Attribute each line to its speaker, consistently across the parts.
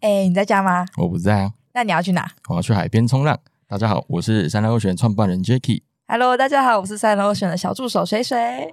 Speaker 1: 你在家吗？
Speaker 2: 我不在啊。
Speaker 1: 那你要去哪？
Speaker 2: 我要去海边冲浪。大家好，我是三楼选创办人 Jacky。Hello，
Speaker 1: 大家好，我是三楼选的小助手水水。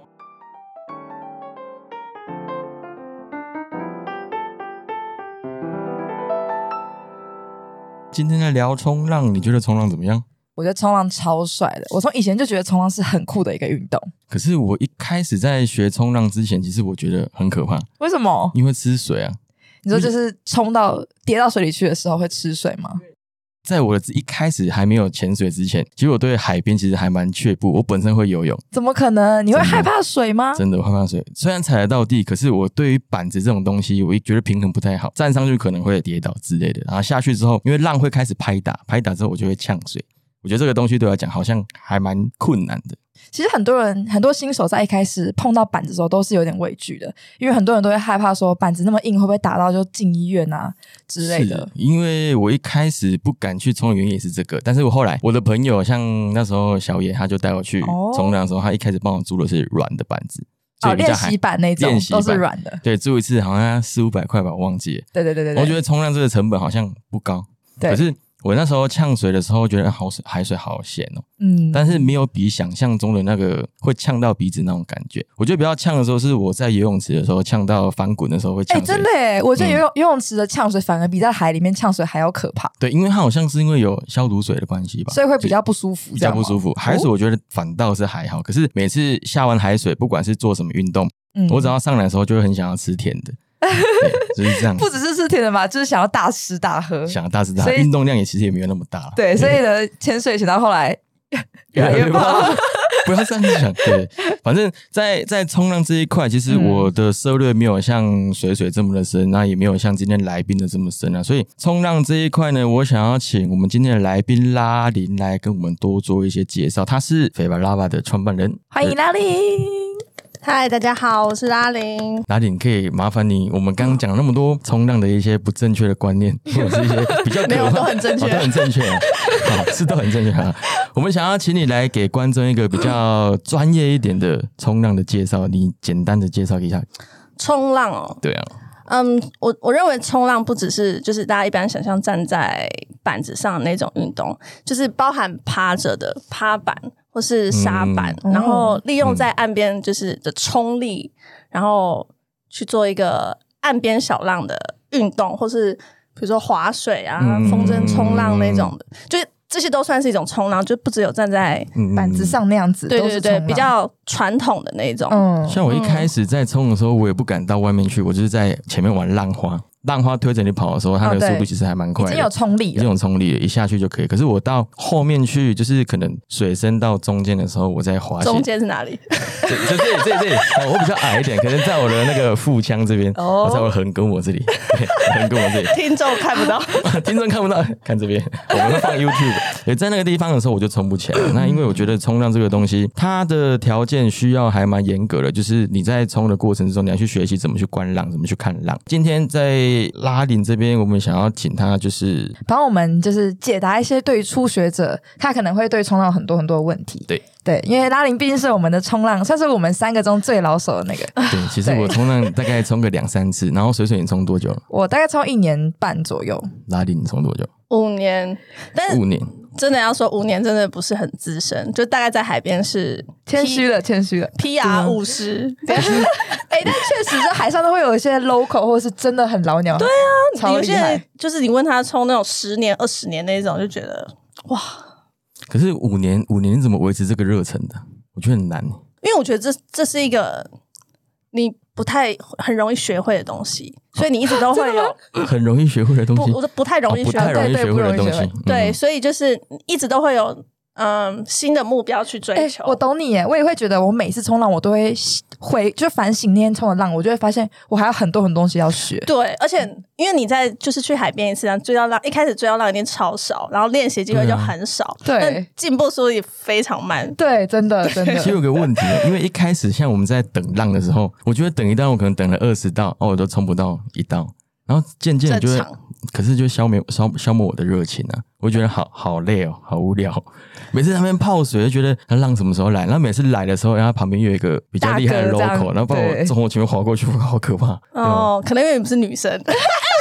Speaker 2: 今天来聊冲浪，你觉得冲浪怎么样？
Speaker 1: 我觉得冲浪超帅的，我从以前就觉得冲浪是很酷的一个运动。
Speaker 2: 可是我一开始在学冲浪之前，其实我觉得很可怕。
Speaker 1: 为什么？
Speaker 2: 因为吃水啊。
Speaker 1: 你说就是跌到水里去的时候会吃水吗？
Speaker 2: 在我的一开始还没有潜水之前，其实我对海边其实还蛮却步。我本身会游泳。
Speaker 1: 怎么可能？你会害怕水吗？
Speaker 2: 真的，我害怕水。虽然踩得到地，可是我对于板子这种东西，我觉得平衡不太好，站上去可能会跌倒之类的。然后下去之后，因为浪会开始拍打之后我就会呛水。我觉得这个东西对我来讲好像还蛮困难的。
Speaker 1: 其实很多新手在一开始碰到板子的时候都是有点畏惧的，因为很多人都会害怕说板子那么硬会不会打到就进医院啊之类的。
Speaker 2: 因为我一开始不敢去冲的原因也是这个，但是我后来我的朋友像那时候小野他就带我去冲浪的时候，他一开始帮我租的是软的板子。
Speaker 1: 练习板那种都是软的。对，
Speaker 2: 租一次好像400-500块吧，我忘记了。
Speaker 1: 对，
Speaker 2: 我觉得冲浪这个成本好像不高，可是我那时候呛水的时候觉得海水好咸哦，但是没有比想象中的那个会呛到鼻子那种感觉。我觉得比较呛的时候是我在游泳池的时候呛到翻滚的时候会呛水。
Speaker 1: 真的耶，我觉得游泳池的呛水反而比在海里面呛水还要可怕。
Speaker 2: 对，因为它好像是因为有消毒水的关系吧，
Speaker 1: 所以会比较不舒服。
Speaker 2: 比较不舒服。海水我觉得反倒是还好，可是每次下完海水不管是做什么运动，我只要上来的时候就会很想要吃甜的。对，就是这样。
Speaker 1: 不只是吃甜的嘛，就是想要大吃大喝。
Speaker 2: 想要大吃大喝，运动量也其实也没有那么大。
Speaker 1: 对，所以呢，潜水潜到后来越来越胖。
Speaker 2: 不要这样想。对，反正在冲浪这一块，其实我的涉猎没有像水水这么的深，那也没有像今天来宾的这么深啊。所以冲浪这一块呢，我想要请我们今天的来宾拉林来跟我们多做一些介绍。他是Febarlava的创办人，
Speaker 1: 欢迎拉林。
Speaker 3: 嗨，大家好，我是拉林。
Speaker 2: 拉林，可以麻烦你，我们刚刚讲了那么多冲浪的一些不正确的观念，或者是一些比较
Speaker 1: 没有都很正确，
Speaker 2: 都很正确，好，是都很正确啊。我们想要请你来给观众一个比较专业一点的冲浪的介绍，你简单的介绍一下。
Speaker 3: 冲浪哦，
Speaker 2: 对啊，
Speaker 3: 我认为冲浪不只是就是大家一般想象站在板子上的那种运动，就是包含趴着的趴板或是沙板，然后利用在岸边就是的冲力，然后去做一个岸边小浪的运动，或是比如说划水啊、风筝冲浪那种的，就是这些都算是一种冲浪，就不只有站在
Speaker 1: 板子上那样子。
Speaker 3: 对，比较传统的那种。
Speaker 2: 像我一开始在冲的时候，我也不敢到外面去，我就是在前面玩浪花。浪花推着你跑的时候，它的速度其实还蛮快的，
Speaker 1: 已经有冲力了，
Speaker 2: 已经有冲力了，一下去就可以。可是我到后面去，就是可能水深到中间的时候，我在滑行。
Speaker 3: 中间是哪里？
Speaker 2: 就这里，我比较矮一点，可能在我的那个腹腔这边，我在我横膈膜这里，横膈膜这里。
Speaker 3: 听众看不到，
Speaker 2: 听众看不到，看这边，我们会放 YouTube。也在那个地方的时候，我就冲不起来了。那因为我觉得冲浪这个东西，它的条件需要还蛮严格的，就是你在冲的过程之中，你要去学习怎么去观浪，怎么去看浪。今天在拉林这边，我们想要请他就是
Speaker 1: 帮我们就是解答一些对于初学者他可能会对冲浪很多很多的问题。对，因为拉林毕竟是我们的冲浪，算是我们3个中最老手的那个。
Speaker 2: 对，其实我冲浪大概冲个2-3次，然后水水你冲多久了？
Speaker 1: 我大概冲1年半左右。
Speaker 2: 拉林你冲多久
Speaker 3: ？5年，但是
Speaker 2: 5年。
Speaker 3: 真的要说5年真的不是很资深，就大概在海边是
Speaker 1: 谦虚了
Speaker 3: PR50。
Speaker 1: 但确实在海上都会有一些 local 或是真的很老鸟。
Speaker 3: 对啊，
Speaker 1: 超厉害。
Speaker 3: 就是你问他冲那种10年20年那种，就觉得哇。
Speaker 2: 可是5年你怎么维持这个热忱的？我觉得很难。
Speaker 3: 因为我觉得这是一个你很容易学会的东西，所以你一直都会有
Speaker 2: 很容易学会的东西，
Speaker 3: 不太容易学
Speaker 2: 会的东西。
Speaker 3: 对，所以就是一直都会有新的目标去追求。
Speaker 1: 我懂你耶，我也会觉得我每次冲浪我都会就反省那天冲的浪，我就会发现我还有很多东西要学。
Speaker 3: 对，而且因为你在就是去海边一次追到浪，一开始追到浪一定超少，然后练习机会就很少，
Speaker 1: 对，
Speaker 3: 进步速度也非常慢。
Speaker 1: 对，真的。
Speaker 2: 其实有个问题，因为一开始像我们在等浪的时候，我觉得等一道我可能等了20道，我都冲不到1道，然后渐渐就会，可是就消磨我的热情啊！我觉得好累哦，好无聊。每次在那边泡水，就觉得那浪什么时候来？然后每次来的时候，然后旁边有一个比较厉害的 local， 然后把我从我前面滑过去，好可怕。
Speaker 3: 可能因为你不是女生。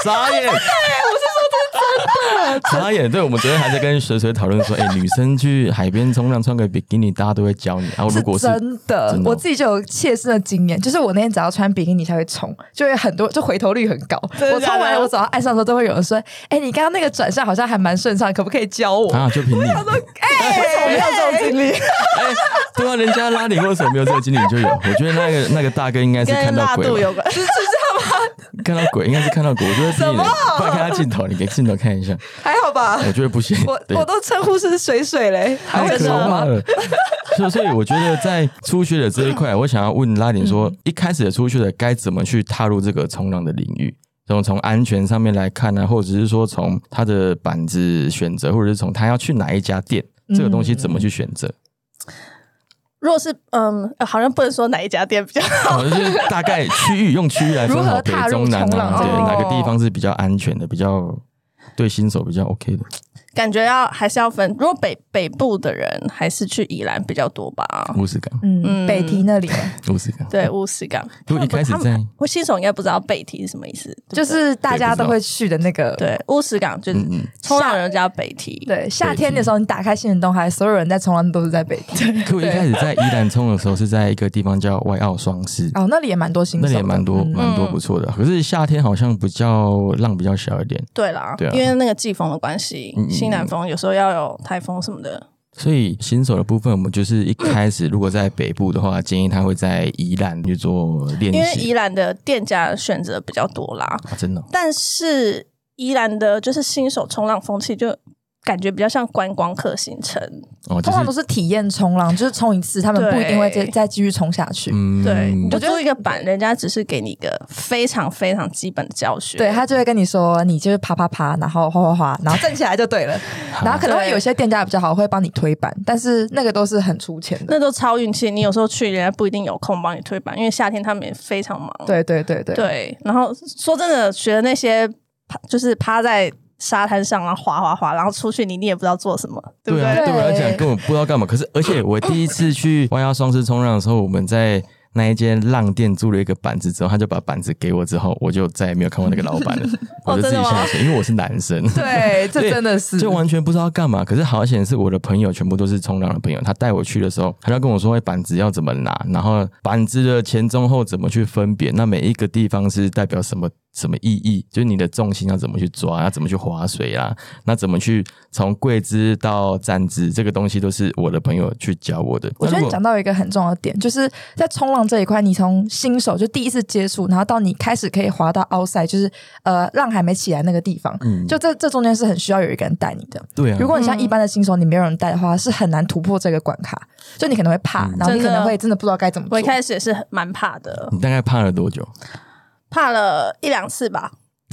Speaker 2: 傻眼。
Speaker 1: 我是说这是真的，
Speaker 2: 傻眼。对，我们昨天还在跟水水讨论说，女生去海边冲浪穿个比基尼，大家都会教你。然后如果是
Speaker 1: 真的，我自己就有切身的经验，就是我那天只要穿比基尼才会冲，就会很多，就回头率很高。我冲完，我走到岸上的时候，都会有人说：“你刚刚那个转向好像还蛮顺畅，可不可以教我？”
Speaker 2: 啊，就凭你。
Speaker 1: 我说：“为什么没有这种经历？”
Speaker 2: 对啊，人家拉你为什么没有这个经历？你就有。我觉得那个大哥应该是看到鬼
Speaker 3: 跟辣度有关，
Speaker 1: 是这样吗？
Speaker 2: 看到鬼应该是看到鬼。我觉得什么？不然看他镜头，你给镜头看一下，
Speaker 1: 还好吧？
Speaker 2: 我觉得不行。
Speaker 1: 我都称呼是水水嘞，还会
Speaker 2: 可怕了。所以我觉得在初学者这一块，我想要问拉点说，一开始的初学者该怎么去踏入这个冲浪的领域？从安全上面来看呢，或者是说从他的板子选择，或者是从他要去哪一家店，这个东西怎么去选择？
Speaker 3: 如果是好像不能说哪一家店比较好，
Speaker 2: 就是大概区域用区域来分好，北中南啊，对，哪个地方是比较安全的，比较对新手比较 OK 的。
Speaker 3: 感觉还是要分，如果北部的人还是去宜兰比较多吧，
Speaker 2: 乌石港，
Speaker 1: 北堤那里，
Speaker 2: 乌石港，
Speaker 3: 对，乌石港。
Speaker 2: 如果一开始在，
Speaker 3: 我新手应该不知道北堤是什么意思，
Speaker 1: 就是大家都会去的那个，
Speaker 3: 对，乌石港就是冲浪人叫北堤，
Speaker 1: 对，夏天的时候你打开限时动态，所有人在冲浪都是在北堤。
Speaker 2: 可我一开始在宜兰冲的时候是在一个地方叫外澳双狮，
Speaker 1: 哦，那里也蛮多新手，
Speaker 2: 那里也蛮多不错的，可是夏天好像浪比较小一点，
Speaker 3: 对啦，对啊，因为那个季风的关系，西南风有时候要有台风什么的，
Speaker 2: 所以新手的部分，我们就是一开始如果在北部的话，建议他会在宜兰去做练习，
Speaker 3: 因为宜兰的店家选择比较多啦，
Speaker 2: 真的。
Speaker 3: 但是宜兰的就是新手冲浪风气就感觉比较像观光客行程，
Speaker 1: 通常都是体验冲浪，就是冲一次，他们不一定会再继续冲下去。
Speaker 3: 对，你就租一个板，人家只是给你一个非常非常基本的教学，
Speaker 1: 对，他就会跟你说，你就是爬，然后滑，然后站起来就对了。然后可能会有些店家比较好，会帮你推板，但是那个都是很出钱的，
Speaker 3: 那都超运气。你有时候去，人家不一定有空帮你推板，因为夏天他们也非常忙。对，然后说真的，学的那些就是趴在沙滩上啊，滑，然后出去你也不知道做什么，对不对？
Speaker 2: 对我来讲根本不知道干嘛。可是，而且我第一次去湾鸭双狮冲浪的时候，我们在那一间浪店租了一个板子之后，他就把板子给我之后，我就再也没有看过那个老板了。我就自己下水，因为我是男生。
Speaker 1: 对，这真的是
Speaker 2: 就完全不知道干嘛。可是好险是我的朋友全部都是冲浪的朋友，他带我去的时候，他就跟我说板子要怎么拿，然后板子的前中后怎么去分别，那每一个地方是代表什么意义，就是你的重心要怎么去抓，要怎么去划水啊，那怎么去从跪姿到站姿，这个东西都是我的朋友去教我的。
Speaker 1: 我觉得你讲到一个很重要的点，就是在冲浪这一块，你从新手就第一次接触，然后到你开始可以滑到 outside， 就是浪还没起来那个地方，就这中间是很需要有一个人带你的。
Speaker 2: 对啊，
Speaker 1: 如果你像一般的新手，你没有人带的话，是很难突破这个关卡，就你可能会怕，然后你可能会真的不知道该怎么做。
Speaker 3: 我一开始也是蛮怕的。
Speaker 2: 你大概怕了多久？
Speaker 3: 怕了1-2次吧。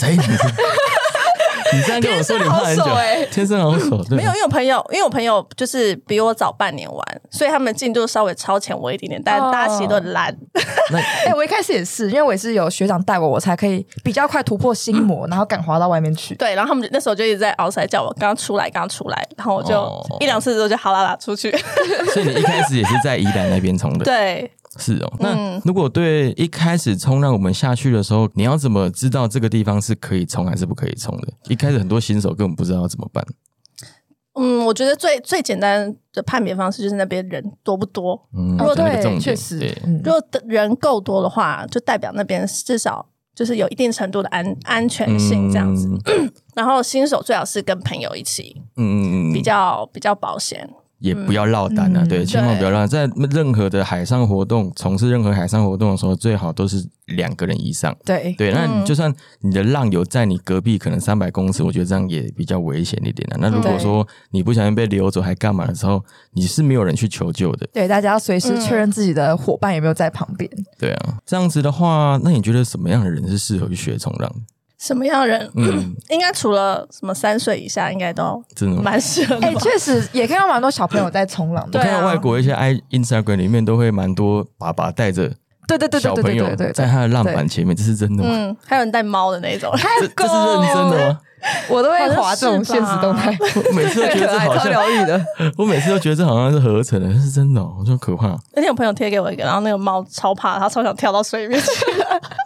Speaker 2: 你这样跟我说你怕很久，天生好手。
Speaker 3: 没有，因为我朋友就是比我早半年玩，所以他们进度稍微超前我一点点，但大家其实都很烂。
Speaker 1: 我一开始也是，因为我也是有学长带我才可以比较快突破心魔，然后敢滑到外面去。
Speaker 3: 对，然后他们那时候就一直在outside叫我刚出来，然后我就1-2次之后就好啦出去。
Speaker 2: 所以你一开始也是在宜兰那边冲的？
Speaker 3: 对。
Speaker 2: 是哦，那如果对一开始冲浪我们下去的时候，你要怎么知道这个地方是可以冲还是不可以冲的？一开始很多新手根本不知道要怎么办。
Speaker 3: 我觉得最简单的判别方式就是那边人多不多。
Speaker 1: 如果对，确实，
Speaker 3: 如果人够多的话，就代表那边至少就是有一定程度的安全性这样子。然后新手最好是跟朋友一起，比较保险。
Speaker 2: 也不要落单啊，对，千万不要落单。在任何的海上活动，从事任何海上活动的时候，最好都是2个人以上。对，那你就算你的浪友在你隔壁，可能300公尺，我觉得这样也比较危险一点的。那如果说你不小心被流走还干嘛的时候，你是没有人去求救的。
Speaker 1: 对，大家要随时确认自己的伙伴有没有在旁边。
Speaker 2: 对啊，这样子的话，那你觉得什么样的人是适合去学冲浪？
Speaker 3: 什么样的人？应该除了什么3岁以下，应该都蛮适合的。
Speaker 1: 确实也看到蛮多小朋友在冲浪。
Speaker 2: 我看到外国一些Instagram 里面都会蛮多爸爸带着小朋友在他的浪板前面，这是真的吗？
Speaker 3: 还有人带猫的那种，
Speaker 2: 这是认真的吗？
Speaker 1: 我都会滑这种现实动态，
Speaker 2: 我每次都觉得这好像
Speaker 1: 疗愈的。
Speaker 2: 我每次都觉得这好像是合成的，是真的我就可怕。
Speaker 3: 那天我朋友贴给我一个，然后那个猫超怕，它超想跳到水里面去。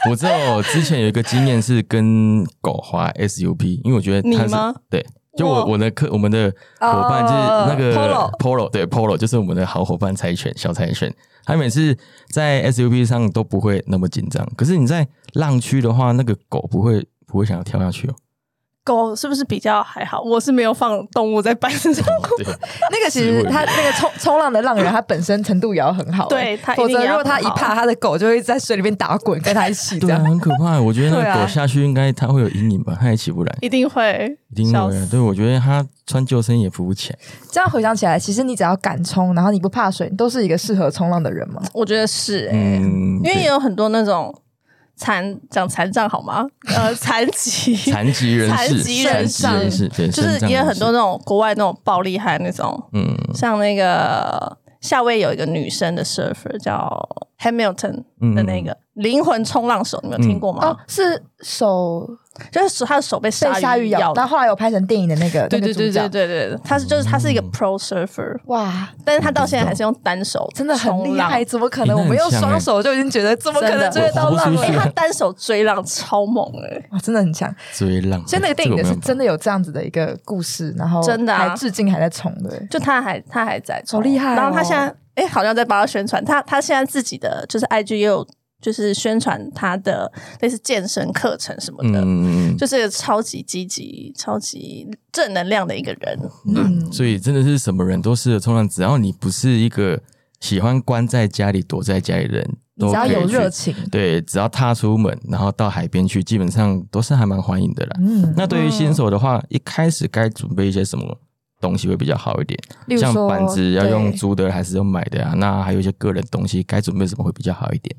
Speaker 2: 我知道之前有一个经验是跟狗滑 SUP， 因为我觉得他是
Speaker 3: 你吗？
Speaker 2: 对，就我们的伙伴就是那个 Polo， 对 Polo 就是我们的好伙伴小柴犬，他每次在 SUP 上都不会那么紧张，可是你在浪区的话，那个狗不会想要跳下去哦。
Speaker 3: 狗是不是比较还好？我是没有放动物在板子上过。
Speaker 1: 那个其实他那个冲浪的浪人，他本身程度也要很好，
Speaker 3: 对，他
Speaker 1: 否则如果他一怕，他的狗就会在水里面打滚，跟他一起这样，
Speaker 2: 对，很可怕。我觉得那个狗下去应该他会有阴影吧，他也起不来，
Speaker 3: 一定会。
Speaker 2: 对，我觉得他穿救生也浮不起来。这
Speaker 1: 样回想起来，其实你只要敢冲，然后你不怕水，你都是一个适合冲浪的人吗？
Speaker 3: 我觉得是因为也有很多那种。讲残障好吗？残疾人士，就是也有很多那种国外那种暴力害那种，像那个夏威夷有一个女生的 surfer 叫 Hamilton 的那个灵魂冲浪手，你有听过吗？
Speaker 1: 是手。
Speaker 3: 就是他的手被鲨鱼咬，
Speaker 1: 但后来有拍成电影的那个，
Speaker 3: 对，他是一个 pro surfer， 哇！但是他到现在还是用单手，
Speaker 1: 真的很厉害，怎么可能？我们用双手就已经觉得怎么可能追得到浪？
Speaker 3: 他单手追浪超猛
Speaker 1: 哇，真的很强，
Speaker 2: 追浪。
Speaker 1: 所以那个电影是真的有这样子的一个故事，然后
Speaker 3: 真的
Speaker 1: 还至今还在冲的，
Speaker 3: 就他还在冲，
Speaker 1: 好厉害。
Speaker 3: 然后他现在好像在帮他宣传，他现在自己的就是 IG 也有。就是宣传他的类似健身课程什么的，就是超级积极、超级正能量的一个人。
Speaker 2: 所以真的是什么人都适合冲浪，只要你不是一个喜欢关在家里、躲在家里的人，
Speaker 1: 只要有热情，
Speaker 2: 对，只要踏出门，然后到海边去，基本上都是还蛮欢迎的啦。那对于新手的话，一开始该准备一些什么东西会比较好一点？像板子要用租的还是用买的啊？那还有一些个人东西该准备什么会比较好一点？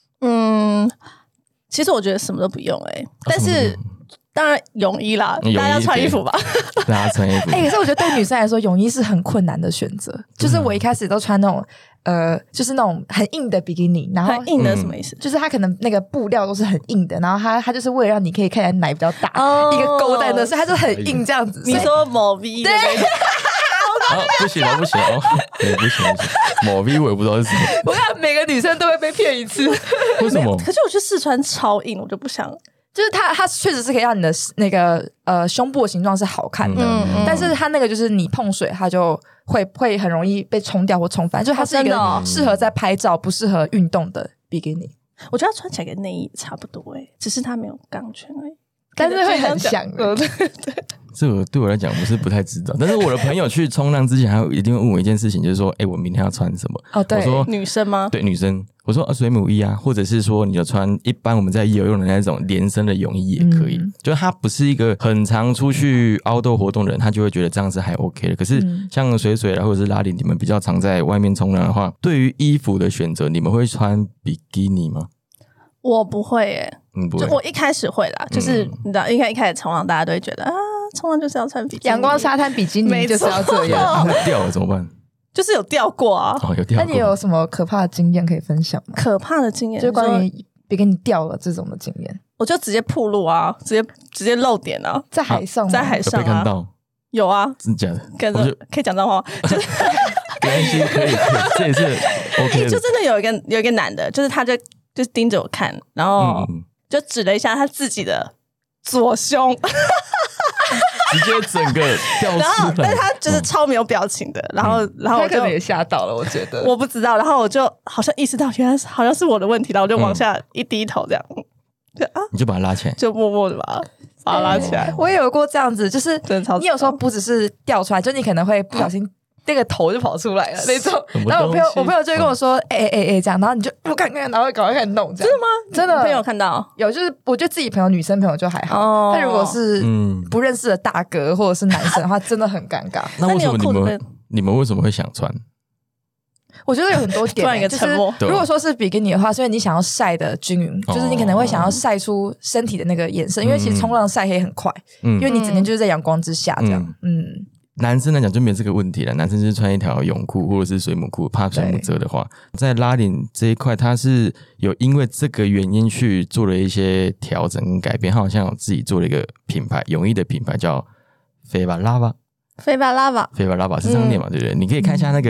Speaker 3: 其实我觉得什么都不用但是当然泳衣啦，大家穿衣服吧，
Speaker 2: 大家穿衣服。
Speaker 1: 可是我觉得对女生来说，泳衣是很困难的选择。就是我一开始都穿那种就是那种很硬的比基尼，然后
Speaker 3: 很硬的什么意思？
Speaker 1: 就是它可能那个布料都是很硬的，然后它就是为了让你可以看起来奶比较大，一个勾在那，所以它就很硬这样子。
Speaker 3: 你说某 V 的那个。
Speaker 2: 不行哦，对，不行，某 V 我也不知道是什么。
Speaker 1: 我看每个女生都会被骗一次，
Speaker 2: 为什么？
Speaker 3: 可是我觉得试穿超硬，我就不想。
Speaker 1: 就是它确实是可以让你的那个胸部的形状是好看的，但是它那个就是你碰水，它就会很容易被冲掉或冲翻，就它是一个适合在拍照不适合运动的比基尼。
Speaker 3: 我觉得它穿起来跟内衣差不多只是它没有钢圈而已，
Speaker 1: 但是会很像。对。
Speaker 2: 这个对我来讲我是不太知道，但是我的朋友去冲浪之前还一定会问我一件事情，就是说我明天要穿什么？
Speaker 1: 对，
Speaker 2: 我说
Speaker 3: 女生吗？
Speaker 2: 对，女生。我说水母衣啊，或者是说你就穿一般我们在游泳的那种连身的泳衣也可以。就是他不是一个很常出去 outdoor 活动的人，他就会觉得这样是还 OK 的。可是像水啊或者是拉力，你们比较常在外面冲浪的话，对于衣服的选择，你们会穿比基尼吗？
Speaker 3: 我不会
Speaker 2: 不会。
Speaker 3: 就我一开始会啦，就是你知道一开始冲浪大家都会觉得冲浪就是要穿比基尼，
Speaker 1: 阳光沙滩比基尼就是要这样。
Speaker 2: 掉了怎么办？
Speaker 3: 就是有掉过啊。
Speaker 2: 有掉过。
Speaker 1: 那你有什么可怕的经验可以分享吗？
Speaker 3: 可怕的经验
Speaker 1: 就关于比基尼掉了这种的经验。
Speaker 3: 我就直接暴露啊，直接露点啊，
Speaker 1: 在海上吗？
Speaker 3: 在海上
Speaker 2: 有被看到？
Speaker 3: 有啊。
Speaker 2: 真的假
Speaker 3: 的？可以讲脏话吗？
Speaker 2: 没关系，可以，这也是 OK 的。
Speaker 3: 就真的有一个男的，就是他就盯着我看，然后就指了一下他自己的左胸。
Speaker 2: 直接整个掉出来，
Speaker 3: 然后但是他就是超没有表情的，然后我
Speaker 1: 可能也吓到了，我觉得
Speaker 3: 我不知道，然后我就好像意识到原来好像是我的问题，然后我就往下一低头这样，
Speaker 2: 你就把它拉起来，
Speaker 3: 就默默的把它拉起来。
Speaker 1: 我也有过这样子，就是你有时候不只是掉出来，就你可能会不小心那个头就跑出来了那种，然后我朋友就会跟我说这样，然后你就我看看，然后赶快开始弄，这样。
Speaker 3: 真的吗？
Speaker 1: 真的，
Speaker 3: 朋友看到
Speaker 1: 有，就是我觉得自己朋友女生朋友就还好，但如果是不认识的大哥或者是男生的话，真的很尴尬。
Speaker 2: 那为什么你们为什么会想穿？
Speaker 1: 我觉得有很多点，
Speaker 3: 突然一个沉默。
Speaker 1: 如果说是比基尼的话，所以你想要晒的均匀，就是你可能会想要晒出身体的那个颜色，因为其实冲浪晒黑很快，因为你整天就是在阳光之下这样。
Speaker 2: 男生来讲就没有这个问题了，男生就是穿一条泳裤或者是水母裤，怕水母蛰的话，在拉领这一块，他是有因为这个原因去做了一些调整跟改变，他好像有自己做了一个品牌，泳衣的品牌叫 Feva Lava 是这样念嘛，对不对？你可以看一下那个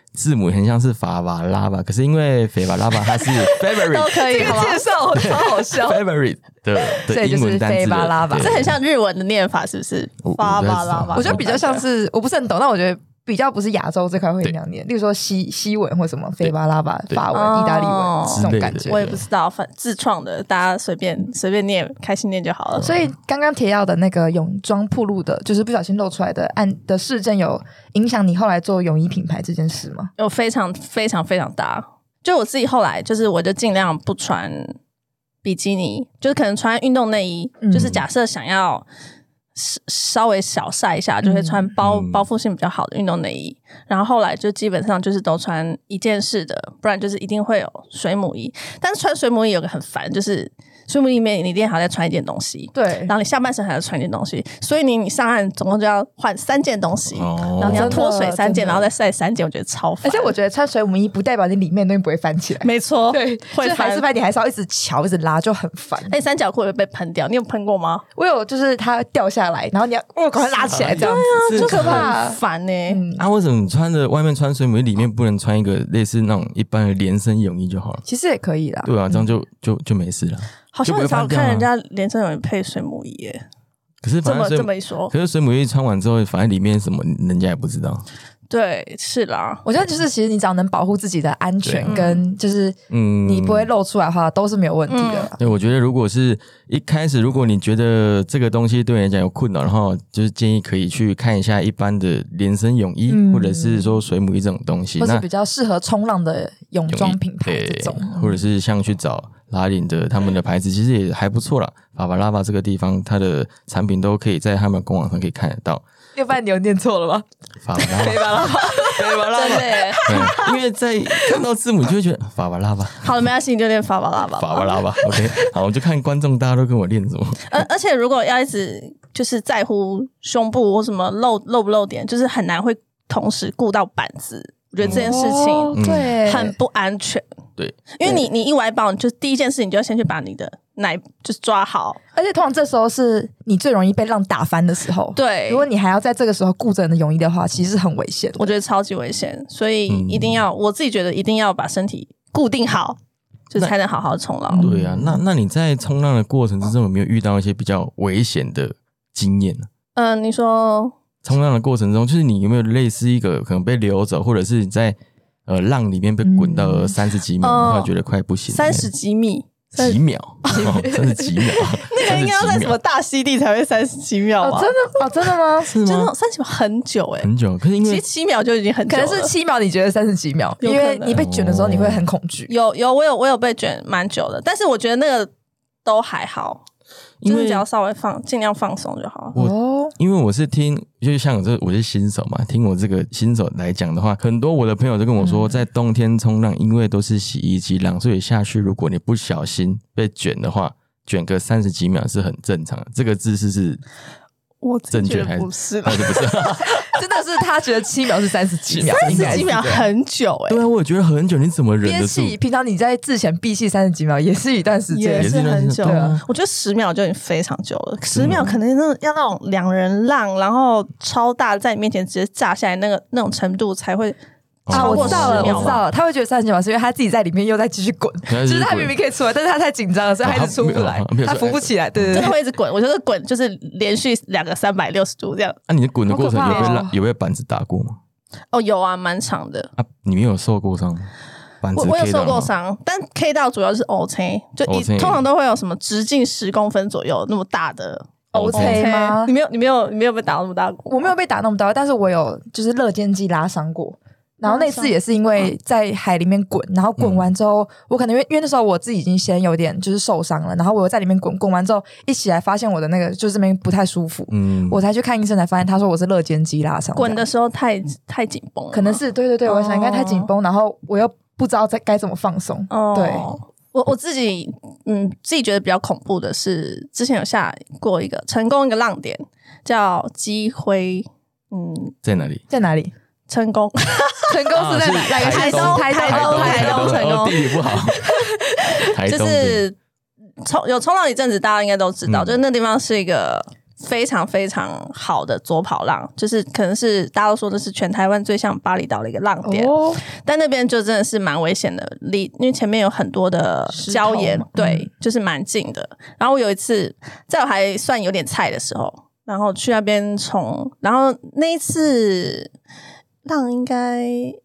Speaker 2: 字母很像是法瓦拉吧，可是因为斐瓦拉巴它是 favorite
Speaker 3: 都可以，
Speaker 1: 这个介绍超好笑。
Speaker 2: favorite 的英文单字的，
Speaker 3: 这很像日文的念法，是不是？法瓦拉巴，
Speaker 1: 我觉得比较像是，我不是很懂，但我觉得比较不是亚洲这块会那样念，例如说西文或什么斐巴拉巴法文、意大利文这种感觉，
Speaker 3: 我也不知道，自创的，大家随便念，开心念就好了。
Speaker 1: 所以刚刚提到的那个泳装暴露的，就是不小心露出来的事件，有影响你后来做泳衣品牌这件事吗？
Speaker 3: 有非常非常非常大。就我自己后来就是我就尽量不穿比基尼，就是可能穿运动内衣，就是假设想要稍微小晒一下，就会穿包覆性比较好的运动内衣，然后后来就基本上就是都穿一件式的，不然就是一定会有水母衣。但是穿水母衣有个很烦，就是水母衣里面你一定还要再穿一件东西，
Speaker 1: 对，
Speaker 3: 然后你下半身还要穿一件东西，所以你上岸总共就要换3件东西，然后你要脱水3件，然后再晒3件，我觉得超烦。
Speaker 1: 而且我觉得穿水母衣不代表你里面的东西不会翻起来，
Speaker 3: 没错，
Speaker 1: 对，
Speaker 3: 会
Speaker 1: 还是翻，你还是要一直瞧一直拉，就很烦。
Speaker 3: 那三角裤会被喷掉，你有喷过吗？
Speaker 1: 我有，就是它掉下来，然后你要赶快拉起来，这样子，
Speaker 3: 就
Speaker 1: 可怕，
Speaker 3: 很烦欸。
Speaker 2: 为什么外面穿水母衣，里面不能穿一个类似那种一般的连身泳衣就好了？
Speaker 1: 其实也可以啦。
Speaker 2: 对啊，这样就没事了。
Speaker 3: 好像很少看人家连身泳衣配水母衣耶。
Speaker 2: 可是反正
Speaker 3: 这么一说，
Speaker 2: 可是水母衣穿完之后，反正里面什么人家也不知道。
Speaker 3: 对，是啦。
Speaker 1: 我觉得就是其实你只要能保护自己的安全，跟就是你不会露出来的话，都是没有问题的啦。
Speaker 2: 对，我觉得如果是一开始，如果你觉得这个东西对你来讲有困扰，然后就是建议可以去看一下一般的连身泳衣，或者是说水母衣这种东西，
Speaker 1: 或是比较适合冲浪的泳装品牌这种，
Speaker 2: 或者是像去找拉领的他们的牌子，其实也还不错啦。法巴拉巴这个地方，它的产品都可以在他们官网上可以看得到。
Speaker 1: 要不然你有念错了吗？
Speaker 2: 法巴拉巴，
Speaker 3: 真的耶！
Speaker 2: 对，因为在看到字母就会觉得法巴拉巴。
Speaker 3: 好了，没关系，你就念法巴拉巴。
Speaker 2: 法巴拉巴 ，OK。好，我就看观众大家都跟我练什么。
Speaker 3: 而且如果要一直就是在乎胸部或什么露不露点，就是很难会同时顾到板子。我觉得这件事情
Speaker 1: 对
Speaker 3: 很不安全。
Speaker 2: 对，
Speaker 3: 因为你一外包，就第一件事你就要先去把你的奶就是抓好，
Speaker 1: 而且通常这时候是你最容易被浪打翻的时候。
Speaker 3: 对，
Speaker 1: 如果你还要在这个时候顾着你的泳衣的话，其实是很危险的。
Speaker 3: 我觉得超级危险，所以一定要，我自己觉得一定要把身体固定好，就才能好好冲浪。
Speaker 2: 对啊，那你在冲浪的过程之中有没有遇到一些比较危险的经验呢？
Speaker 3: 你说
Speaker 2: 冲浪的过程中，就是你有没有类似一个可能被流走，或者是你在浪里面被滚到30几秒，然后觉得快不行
Speaker 3: ，30几米。
Speaker 2: 几秒，30几秒，
Speaker 3: 那个应该要在什么大溪地才会30几秒吧？
Speaker 1: 真的真的吗？
Speaker 2: 是吗？
Speaker 3: 就那种30秒很久
Speaker 2: 很久。可是因为
Speaker 3: 其实7秒就已经很久了，
Speaker 1: 可能是7秒，你觉得30几秒，因为你被卷的时候你会很恐惧。
Speaker 3: 我有被卷蛮久的，但是我觉得那个都还好，就是只要稍微尽量放松就好。
Speaker 2: 因为我是听，就像我是新手嘛，听我这个新手来讲的话，很多我的朋友都跟我说，在冬天冲浪，因为都是洗衣机浪，所以下去如果你不小心被卷的话，卷个30几秒是很正常的。这个姿势是正确还是
Speaker 3: 不是？
Speaker 2: 不是，
Speaker 1: 真的是他觉得7秒是30几秒
Speaker 3: ，30几秒很久
Speaker 2: 对啊，我也觉得很久，你怎么忍得住？
Speaker 1: 平常你在之前闭气30几秒也是一段时间，
Speaker 3: 也是很久。我觉得10秒就已经非常久了，10秒可能要那种2人浪，然后超大在你面前直接炸下来那种程度才会。
Speaker 1: 我知道了，他会觉得30几秒是因为他自己在里面又在继续滚，就是他明明可以出来，但是他太紧张了，所以他一直出不来，他浮不起来，对，
Speaker 3: 真的会一直滚。我觉得滚就是连续2个360度这样。
Speaker 2: 你滚的过程有被板子打过吗？
Speaker 3: 有啊，蛮长的。
Speaker 2: 你没有受过伤？
Speaker 3: 我有受过伤，但 K 到主要是 OK， 就通常都会有什么直径10公分左右那么大的。
Speaker 1: OK 吗？
Speaker 3: 你没有被打那么大过？
Speaker 1: 我没有被打那么大，但是我有就是肋间肌拉伤过。然后那次也是因为在海里面滚，然后滚完之后，我可能因为那时候我自己已经先有点就是受伤了，然后我又在里面滚完之后一起来发现我的那个就是这边不太舒服，我才去看医生，才发现他说我是肋间肌拉伤。
Speaker 3: 滚的时候太紧绷了，
Speaker 1: 可能是对，我想应该太紧绷，然后我又不知道该怎么放松。对，
Speaker 3: 我自己觉得比较恐怖的是，之前有下过成功一个浪点叫基辉，
Speaker 2: 在哪里？
Speaker 1: 在哪里？
Speaker 3: 成功
Speaker 1: 是在哪个
Speaker 3: 台东成功，
Speaker 2: 地理不好。
Speaker 3: 就是有冲浪一阵子，大家应该都知道，就是那地方是一个非常非常好的左跑浪，就是可能是大家都说这是全台湾最像巴厘岛的一个浪点，但那边就真的是蛮危险的，因为前面有很多的礁岩，对，就是蛮近的。然后我有一次在我还算有点菜的时候，然后去那边冲，然后那一次浪应该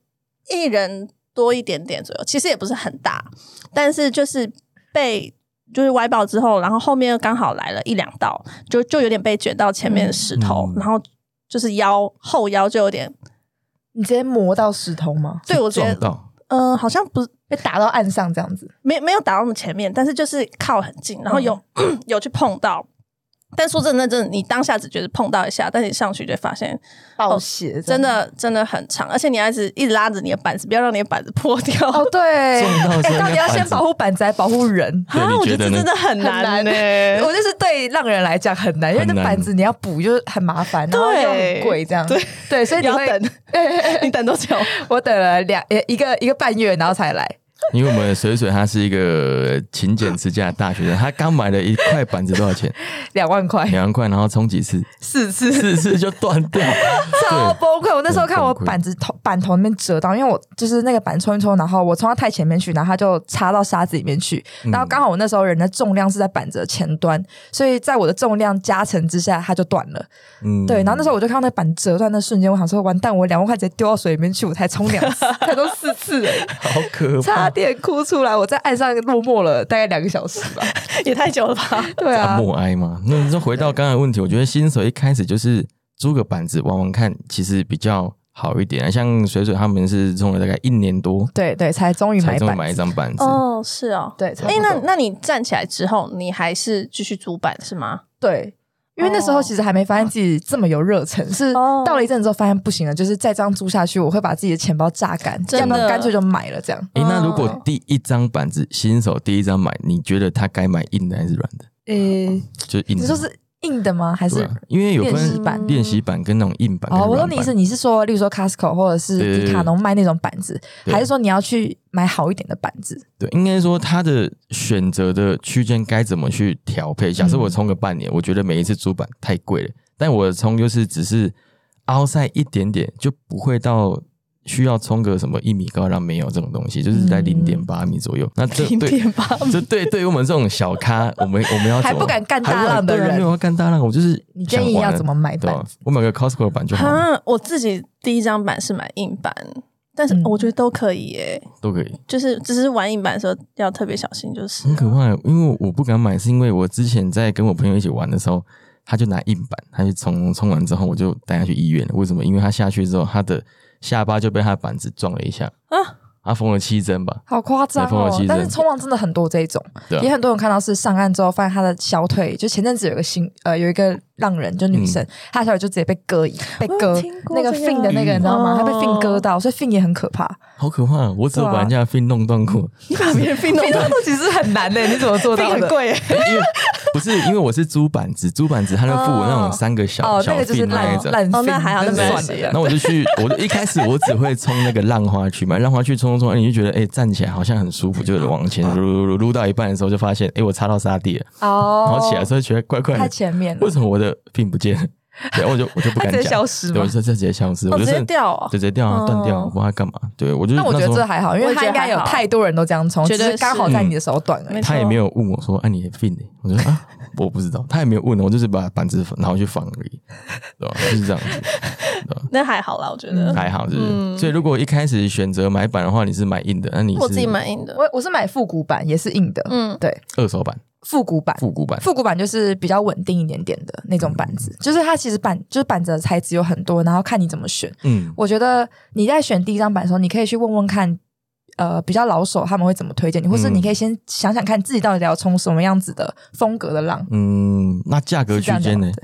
Speaker 3: 1人多一点点左右，其实也不是很大，但是就是就是歪爆之后，然后后面又刚好来了1-2道，就有点被卷到前面的石头，然后就是后腰就有点，
Speaker 1: 你直接磨到石头吗？
Speaker 3: 对，我觉得好像不是
Speaker 1: 被打到岸上这样子，
Speaker 3: 没有打到那么前面，但是就是靠很近，然后有去碰到。但说真的，你当下只觉得碰到一下，但是你上去就发现
Speaker 1: 爆血，
Speaker 3: 真的很长，而且你要一直拉着你的板子，不要让你的板子破掉。
Speaker 1: 哦，对，
Speaker 2: 到
Speaker 1: 底要先保护板子还保护人？
Speaker 3: 我觉得这真的很难欸。
Speaker 1: 我就是对浪人来讲很难，因为那板子你要补就很麻烦，然后又很贵，这样对，所以你会
Speaker 3: 等，你等多久？
Speaker 1: 我等了一个半月，然后才来。
Speaker 2: 因为我们水水他是一个勤俭持家的大学生，他刚买了一块板子多少钱
Speaker 1: ？2万块
Speaker 2: ，2万块，然后冲几次
Speaker 1: ？4次
Speaker 2: 就断掉，
Speaker 1: 超崩溃。我那时候看我板头那边折到，因为我就是那个板冲一冲，然后我冲到太前面去，然后它就插到沙子里面去，然后刚好我那时候人的重量是在板子的前端，所以在我的重量加成之下，它就断了。对，然后那时候我就看到那板折断的瞬间，我想说完蛋，我2万块直接丢到水里面去，我才冲2次，才都4次而已，
Speaker 2: 好可怕，
Speaker 1: 差点哭出来。我在岸上落寞了大概2个小时吧，
Speaker 3: 也太久了吧？
Speaker 1: 对啊，
Speaker 2: 默哀嘛。那就回到刚才的问题，我觉得新手一开始就是租个板子玩玩看，其实比较好一点。像水水他们是冲了大概1年多，
Speaker 1: 对，才终于买
Speaker 2: 一张板子。
Speaker 3: 哦，是哦，
Speaker 1: 对。
Speaker 3: 那你站起来之后，你还是继续租板是吗？
Speaker 1: 对。因为那时候其实还没发现自己这么有热忱，是到了一阵子之后发现不行了，就是再这样租下去，我会把自己的钱包榨干，要不然干脆就买了这样。
Speaker 2: 那如果第一张板子新手第一张买，你觉得他该买硬的还是软的？就硬的。
Speaker 1: 你说是硬的吗？还是
Speaker 2: 因为有分练习板跟那种硬板。
Speaker 1: 我说你是说，例如说 Costco 或者是迪卡侬卖那种板子，还是说你要去买好一点的板子？
Speaker 2: 对，应该说他的选择的区间该怎么去调配？假设我冲个半年，我觉得每一次租板太贵了，但我的冲就是只是凹赛一点点，就不会到需要冲个什么1米高浪，没有这种东西，就是在0.8米左右。那这
Speaker 3: 0.8米，
Speaker 2: 这对于我们这种小咖，我们要
Speaker 1: 还不敢干大浪的人，
Speaker 2: 没有要干大浪，我就是
Speaker 1: 你建议要怎么买板子？
Speaker 2: 我买个 Costco 的板就好了。
Speaker 3: 我自己第一张板是买硬板，但是我觉得都可以耶，
Speaker 2: 都可以，
Speaker 3: 就是只是玩硬板的时候要特别小心，就是
Speaker 2: 很可怕。因为我不敢买，是因为我之前在跟我朋友一起玩的时候，他就拿硬板，他就冲完之后，我就带他去医院了。为什么？因为他下去之后，他的下巴就被他的板子撞了一下他缝了7针吧，
Speaker 1: 好夸张哦！但是冲浪真的很多这一种，也很多人看到是上岸之后发现他的小腿，就前阵子有一个浪人，就女生，她的小腿就直接被割那个 fin 的那个，你知道吗？她被 fin 割到，所以 fin 也很可怕，
Speaker 2: 好可怕！我只有把人家的 fin 弄断过，
Speaker 3: 你把别人 fin 弄断
Speaker 1: 其实很难的，你怎么做到的？
Speaker 3: 很贵，
Speaker 2: 因为我是租板子，他就付我那种3个小 fin 那一种，
Speaker 3: 那还好，那没关系。
Speaker 2: 然后我就一开始我只会冲那个浪花去嘛，浪花去冲，你就觉得站起来好像很舒服，就往前撸到一半的时候就发现我插到沙地了，然后起来的时候觉得怪怪的，
Speaker 1: 太前面了，
Speaker 2: 为什么我的 fin 不见了？对，我就不敢讲，
Speaker 1: 直接消失吗？
Speaker 2: 对，我就直接消失，我就
Speaker 3: 直接掉，
Speaker 2: 直接掉啊，断掉，我不知道干嘛。对，我就
Speaker 1: 那我觉得这还好，因为他应该有太多人都这样冲，只是刚好在你的手短而已。
Speaker 2: 他也没有问我说你的 fin 呢？我说我不知道，他也没有问我，就是把板子拿回去放而已，对吧？就是这样子。
Speaker 3: 那还好啦，我觉得
Speaker 2: 还好，就是所以如果一开始选择买板的话，你是买硬的，那你是
Speaker 3: 我自己买硬的，
Speaker 1: 我是买复古板，也是硬的，对，
Speaker 2: 二手板。
Speaker 1: 复古板就是比较稳定一点点的那种板子，就是它其实板子的材质有很多，然后看你怎么选。我觉得你在选第一张板的时候，你可以去问问看，比较老手他们会怎么推荐你，或是你可以先想想看自己到底要冲什么样子的风格的浪。
Speaker 2: 那价格区间呢？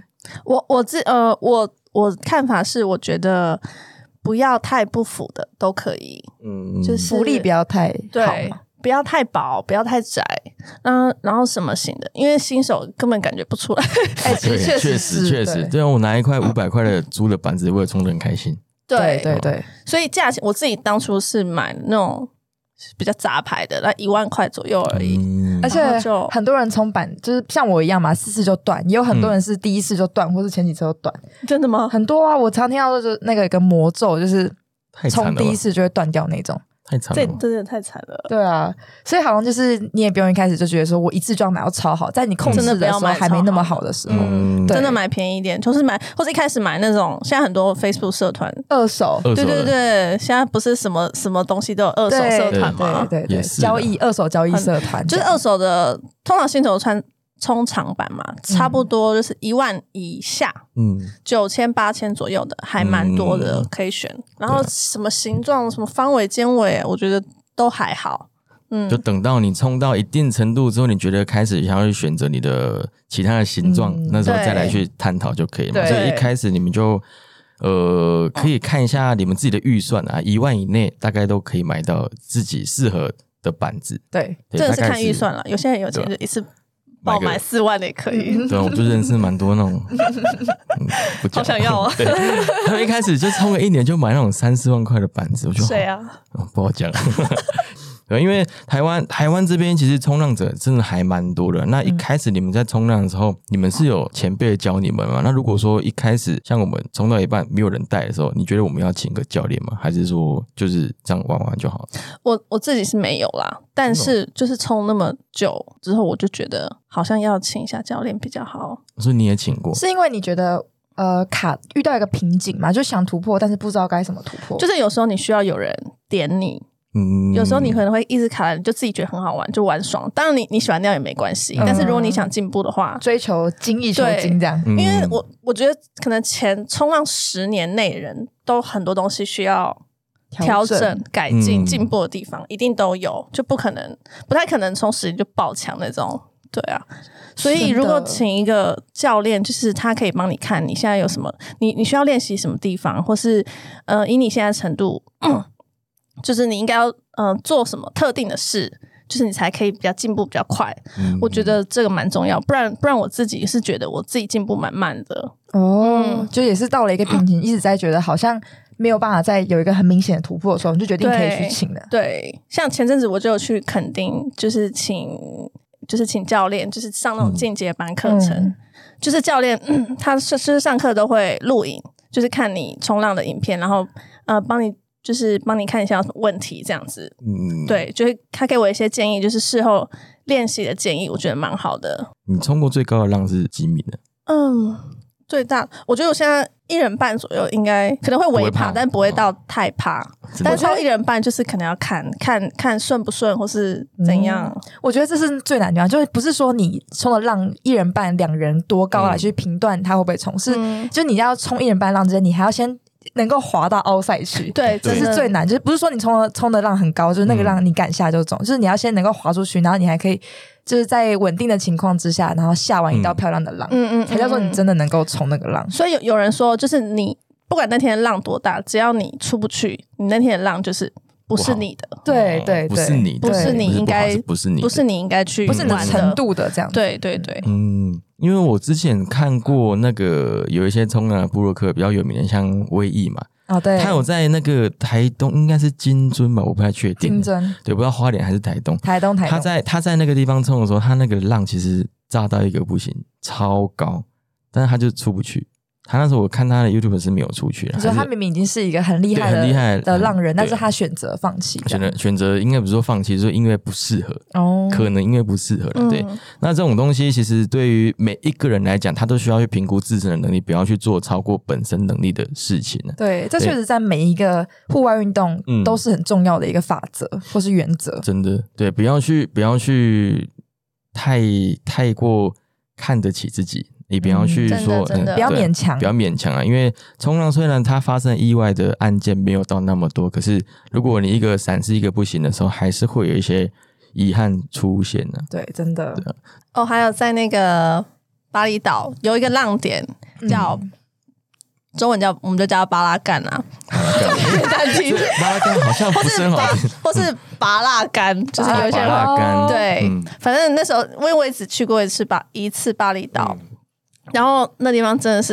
Speaker 3: 我看法是，我觉得不要太不符的都可以，就是
Speaker 1: 浮力不要太好嘛。
Speaker 3: 不要太薄，不要太窄，然后什么型的，因为新手根本感觉不出来。
Speaker 1: 确实，
Speaker 2: 对啊，我拿一块500块的租的板子，我也冲得很开心。
Speaker 3: 对，所以价钱我自己当初是买那种比较杂牌的，那1万块左右而已。
Speaker 1: 而且很多人冲板就是像我一样嘛，4次就断，也有很多人是第一次就断，或是前几次就断。
Speaker 3: 真的吗？
Speaker 1: 很多啊，我常听到就是那个一个魔咒，就是冲第一次就会断掉那种。
Speaker 2: 太惨了，
Speaker 3: 这真的太惨了。
Speaker 1: 对啊，所以好像就是你也不用一开始就觉得说我一次就要买到超好，在你控制的时候还没那么好的时候，
Speaker 3: 真的买便宜一点，就是买或者一开始买那种，现在很多 Facebook 社团
Speaker 1: 二手，
Speaker 3: 对对对，现在不是什么东西都有二手社团吗？
Speaker 1: 对，交易二手交易社团，
Speaker 3: 就是二手的，通常新手冲长板嘛，差不多就是1万以下，9000、8000左右的，还蛮多的可以选。然后什么形状、什么方尾、尖尾，我觉得都还好。
Speaker 2: 就等到你冲到一定程度之后，你觉得开始想要去选择你的其他的形状，那时候再来去探讨就可以了嘛。所以一开始你们就可以看一下你们自己的预算啊，1万以内大概都可以买到自己适合的板子。
Speaker 1: 对，
Speaker 3: 真的是看预算了。有些人有钱就一次爆买4万的也可以。
Speaker 2: 对，我就认识蛮多那种，不讲
Speaker 3: 好想要啊！
Speaker 2: 对，他们一开始就冲了1年就买那种3、4万块的板子，我就
Speaker 3: 谁啊？
Speaker 2: 不好讲。因为台湾这边其实冲浪者真的还蛮多的。那一开始你们在冲浪的时候，你们是有前辈教你们吗？那如果说一开始像我们冲到一半没有人带的时候，你觉得我们要请个教练吗？还是说就是这样玩玩就好了？
Speaker 3: 我自己是没有啦，但是就是冲那么久之后，我就觉得好像要请一下教练比较好。
Speaker 2: 所以你也请过？
Speaker 1: 是因为你觉得遇到一个瓶颈嘛，就想突破，但是不知道该怎么突破。
Speaker 3: 就是有时候你需要有人点你。有时候你可能会一直卡在，你就自己觉得很好玩，就玩爽。当然你喜欢那样也没关系，但是如果你想进步的话，
Speaker 1: 追求精益求精这样。
Speaker 3: 因为我觉得可能冲浪10年内人都很多东西需要调整、改进、进步的地方一定都有，就不太可能从10年就爆强那种。对啊，所以如果请一个教练，就是他可以帮你看你现在有什么，你需要练习什么地方，或是以你现在程度。就是你应该要做什么特定的事，就是你才可以比较进步比较快。我觉得这个蛮重要，不然我自己是觉得我自己进步蛮慢的。
Speaker 1: 就也是到了一个瓶颈，一直在觉得好像没有办法再有一个很明显的突破的时候，你就决定可以去请了。
Speaker 3: 对，像前阵子我就有去垦丁，就是请教练，就是上那种进阶班课程。就是教练他是上课都会录影，就是看你冲浪的影片，然后帮你看一下有什么问题这样子。对，就是他给我一些建议，就是事后练习的建议，我觉得蛮好的。
Speaker 2: 你冲过最高的浪是几米的？
Speaker 3: 最大我觉得我现在1人半左右，应该可能会微怕，但不会到太怕。但超1人半就是可能要看顺不顺或是怎样。
Speaker 1: 我觉得这是最难的地方，就是不是说你冲的浪1人半2人多高来去评断他会不会冲，是就你要冲1人半浪之前，你还要先能够滑到凹赛区。
Speaker 3: 对，
Speaker 1: 这是最难，就是不是说你冲的浪很高，就是那个浪你敢下就中，就是你要先能够滑出去，然后你还可以就是在稳定的情况之下，然后下完一道漂亮的浪，才叫做你真的能够冲那个浪。
Speaker 3: 所以有人说，就是你不管那天的浪多大，只要你出不去，你那天的浪就是不是你的。
Speaker 1: 对对对，
Speaker 2: 不是你的，
Speaker 3: 不是你应该，
Speaker 2: 不是
Speaker 3: 你应该去，
Speaker 1: 不是你的程度的这样。
Speaker 3: 对对对，
Speaker 2: 因为我之前看过那个有一些冲浪的部落客比较有名的，像威毅嘛。
Speaker 1: 对，
Speaker 2: 他有在那个台东，应该是金樽吧，我不太确定。
Speaker 1: 金樽，
Speaker 2: 对，不知道花莲还是台东。
Speaker 1: 台东。
Speaker 2: 他在那个地方冲的时候，他那个浪其实炸到一个不行，超高，但是他就出不去。他那时候我看他的 YouTube 是没有出去的，
Speaker 1: 你说他明明已经是一个很厉害的浪人，但是他选择放弃，
Speaker 2: 选择应该不是说放弃，就是因为不适合，可能因为不适合了。对，那这种东西其实对于每一个人来讲，他都需要去评估自身的能力，不要去做超过本身能力的事情。
Speaker 1: 对，这确实在每一个户外运动都是很重要的一个法则或是原则。
Speaker 2: 真的，对，不要去太过看得起自己。你不要去说，
Speaker 1: 不要勉强，
Speaker 2: 不要勉强啊！因为冲浪虽然它发生意外的案件没有到那么多，可是如果你一个闪失一个不行的时候，还是会有一些遗憾出现的。
Speaker 1: 对，真的。
Speaker 3: 还有在那个巴厘岛有一个浪点叫中文叫我们就叫巴拉干啊，
Speaker 2: 巴拉干好像不是很好听，
Speaker 3: 或是拔蜡干，就是有一些人对，反正那时候因为我也只去过一次巴厘岛。然后那地方真的是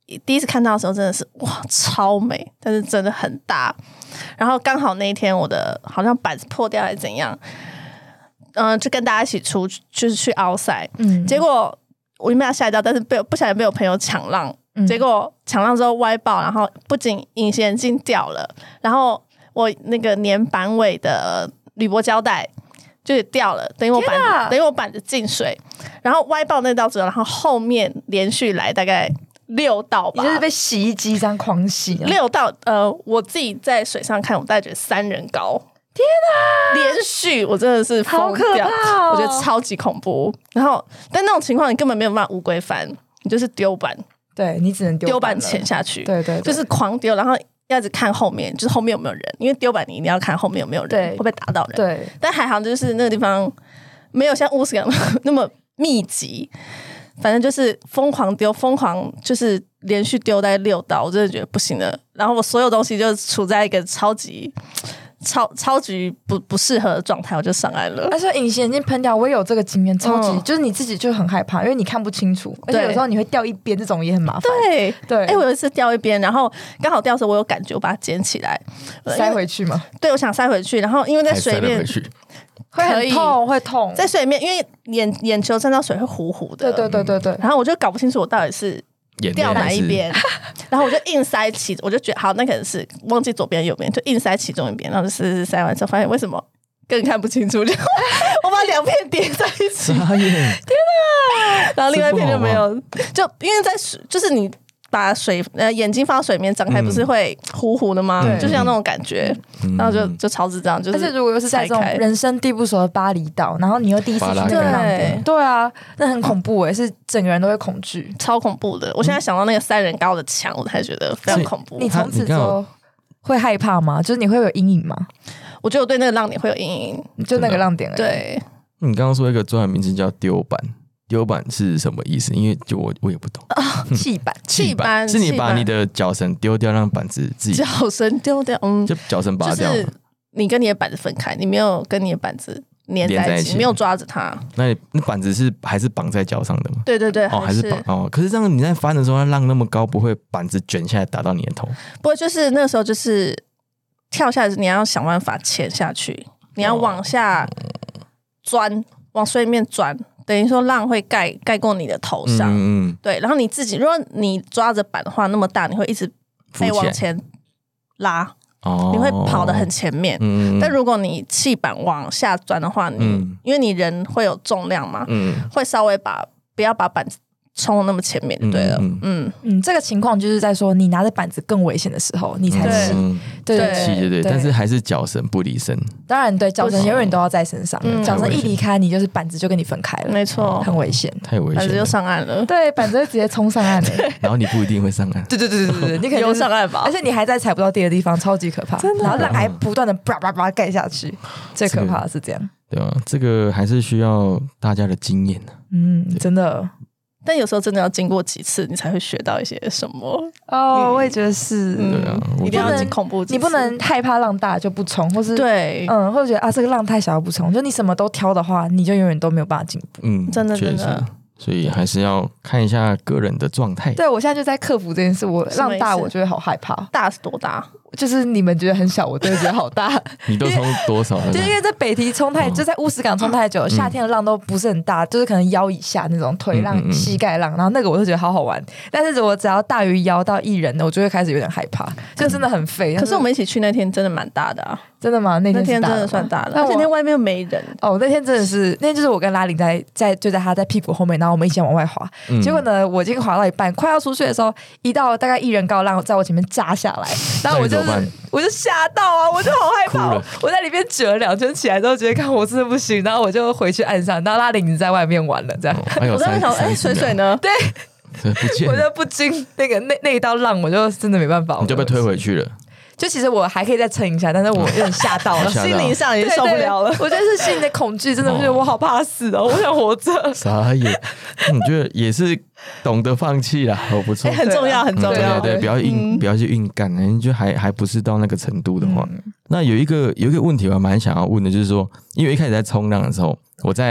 Speaker 3: 第一次看到的时候真的是哇超美，但是真的很大。然后刚好那一天我的好像板子破掉还是怎样，就跟大家一起就是去凹赛，结果我原本要下一道，但是不小心被我朋友抢浪，结果抢浪之后歪爆，然后不仅隐形眼镜掉了，然后我那个粘板尾的铝箔胶带就掉了，等于我板子进水，然后歪爆那道之后，然后后面连续来大概6道吧，
Speaker 1: 你就是被洗衣机这样狂洗
Speaker 3: 6道。我自己在水上看，我大概觉得3人高。天哪！连续我真的是疯掉，
Speaker 1: 好可怕哦，
Speaker 3: 我觉得超级恐怖。然后，但那种情况你根本没有办法乌龟翻，你就是丢板，
Speaker 1: 对你只能
Speaker 3: 丢板潜下去，
Speaker 1: 对，
Speaker 3: 就是狂丢，然后要一直看后面，就是后面有没有人，因为丢板你一定要看后面有没有人，
Speaker 1: 对，
Speaker 3: 会不会打到人。
Speaker 1: 对，
Speaker 3: 但还好就是那个地方没有像乌斯港那么密集，反正就是疯狂丢，疯狂就是连续丢大概6道，我真的觉得不行了。然后我所有东西就处在一个超级不适合的状态，我就上岸了。
Speaker 1: 而且隐形眼镜喷掉，我也有这个经验，超级就是你自己就很害怕，因为你看不清楚，而且有时候你会掉一边，这种也很麻烦。
Speaker 3: 对，我有一次掉一边，然后刚好掉的时候我有感觉，我把它捡起来
Speaker 1: 塞回去嘛。
Speaker 3: 对，我想塞回去，然后因为在水面
Speaker 1: 会很痛，会痛，
Speaker 3: 在水面，因为眼球沾到水会糊糊的。
Speaker 1: 对。
Speaker 3: 然后我就搞不清楚我到底是掉哪一边，然后我就硬塞我就觉得好，那可能是忘记左边右边，就硬塞其中一边，然后就塞完之后发现为什么更看不清楚，就我把2片叠在一起，天哪！然后另外一片就没有，就因为就是你把眼睛放到水面张开，不是会糊糊的吗？就像那种感觉，然后就超智障。就是，
Speaker 1: 而且如果又是在这种人生地不熟的巴厘岛，然后你又第一次去那个浪点，对啊，那很恐怖欸，是整个人都会恐惧，
Speaker 3: 超恐怖的。我现在想到那个3人高的墙，我才觉得非常恐怖。
Speaker 1: 你从此之后会害怕吗？就是你会有阴影吗？
Speaker 3: 我觉得我对那个浪点会有阴影，
Speaker 1: 就那个浪点而已。
Speaker 3: 对，
Speaker 2: 你刚刚说一个专业名字叫丢板。丢板是什么意思？因为就我也不懂。
Speaker 1: 气
Speaker 3: 板
Speaker 2: 是你把你的脚绳丢掉，让板子自己
Speaker 3: 脚绳丢掉，
Speaker 2: 就脚绳拔掉。就是
Speaker 3: 你跟你的板子分开，你没有跟你的板子粘在一起，没有抓着它。
Speaker 2: 那板子还是绑在脚上的吗？
Speaker 3: 对，
Speaker 2: 还是绑哦。可是这样你在翻的时候，它浪那么高，不会板子卷下来打到你的头？
Speaker 3: 不过就是那时候就是跳下来，你要想办法潜下去，你要往下钻，往水面钻。等于说浪会盖过你的头上，对，然后你自己，如果你抓着板的话，那么大，你会一直被往前拉，你会跑得很前面。但如果你气板往下钻的话，因为你人会有重量嘛，会稍微不要把板子冲那么前面就对了。
Speaker 1: 这个情况就是在说，你拿着板子更危险的时候，你才气。
Speaker 2: 对，但是还是脚绳不离身。
Speaker 1: 当然，对，脚绳永远都要在身上。脚绳一离开，你就是板子就跟你分开了，
Speaker 3: 没错，
Speaker 1: 很危险，
Speaker 2: 太危险了。
Speaker 3: 板子就上岸了，
Speaker 1: 对，板子会直接冲上岸的。
Speaker 2: 然后你不一定会上岸。
Speaker 1: 对，你可能
Speaker 3: 游上岸吧，
Speaker 1: 而且你还在踩不到地的地方，超级可怕。真的，然后浪还不断的叭叭叭盖下去，最可怕的是这样。
Speaker 2: 对啊，这个还是需要大家的经验的。
Speaker 1: 真的。
Speaker 3: 但有时候真的要经过几次，你才会学到一些什么。
Speaker 1: 我也觉得是。
Speaker 2: 对啊，
Speaker 3: 一定要恐怖几次。
Speaker 1: 你不能害怕浪大就不冲，或是
Speaker 3: 对，
Speaker 1: 或者觉得这个浪太小不冲。就你什么都挑的话，你就永远都没有办法进步。
Speaker 3: 真的。
Speaker 2: 所以还是要看一下个人的状态。
Speaker 1: 对，我现在就在克服这件事。我浪大，我觉得好害怕。
Speaker 3: 大是多大？
Speaker 1: 就是你们觉得很小，我都会觉得好大。
Speaker 2: 你都冲多少？
Speaker 1: 就因为在北堤冲太，就在乌石港冲太久，夏天的浪都不是很大，就是可能腰以下那种腿浪、膝盖浪，然后那个我就觉得好好玩。但是我只要大于腰到1人的，我就会开始有点害怕，就真的很废。
Speaker 3: 可是我们一起去那天真的蛮大的啊。
Speaker 1: 真的吗？那天
Speaker 3: 真的算大的，而且那天外面又没人。
Speaker 1: 那天真的是，那天就是我跟拉林就在他在屁股后面，然后我们一起往外滑。结果呢，我已经滑到一半，快要出去的时候，一道大概1人高浪在我前面炸下来，然后我就吓到啊，我就好害怕。我在里面折2圈起来之后，觉得看我真的不行，然后我就回去岸上，然后拉林已经在外面玩了，这样。
Speaker 3: 我在想，水呢？
Speaker 1: 对，我就不禁那一道浪，我就真的没办法，
Speaker 2: 你就被推回去了。
Speaker 1: 就其实我还可以再撑一下，但是我有点吓到了，
Speaker 3: 心灵上也受不了了。
Speaker 1: 我觉得是心里的恐惧，真的觉得我好怕死哦，我想活着。
Speaker 2: 傻眼，我觉得也是懂得放弃啦，不错，
Speaker 3: 很重要，很重要。
Speaker 2: 对，不要去硬干，就还不是到那个程度的话，那有一个问题我蛮想要问的，就是说，因为一开始在冲浪的时候，我在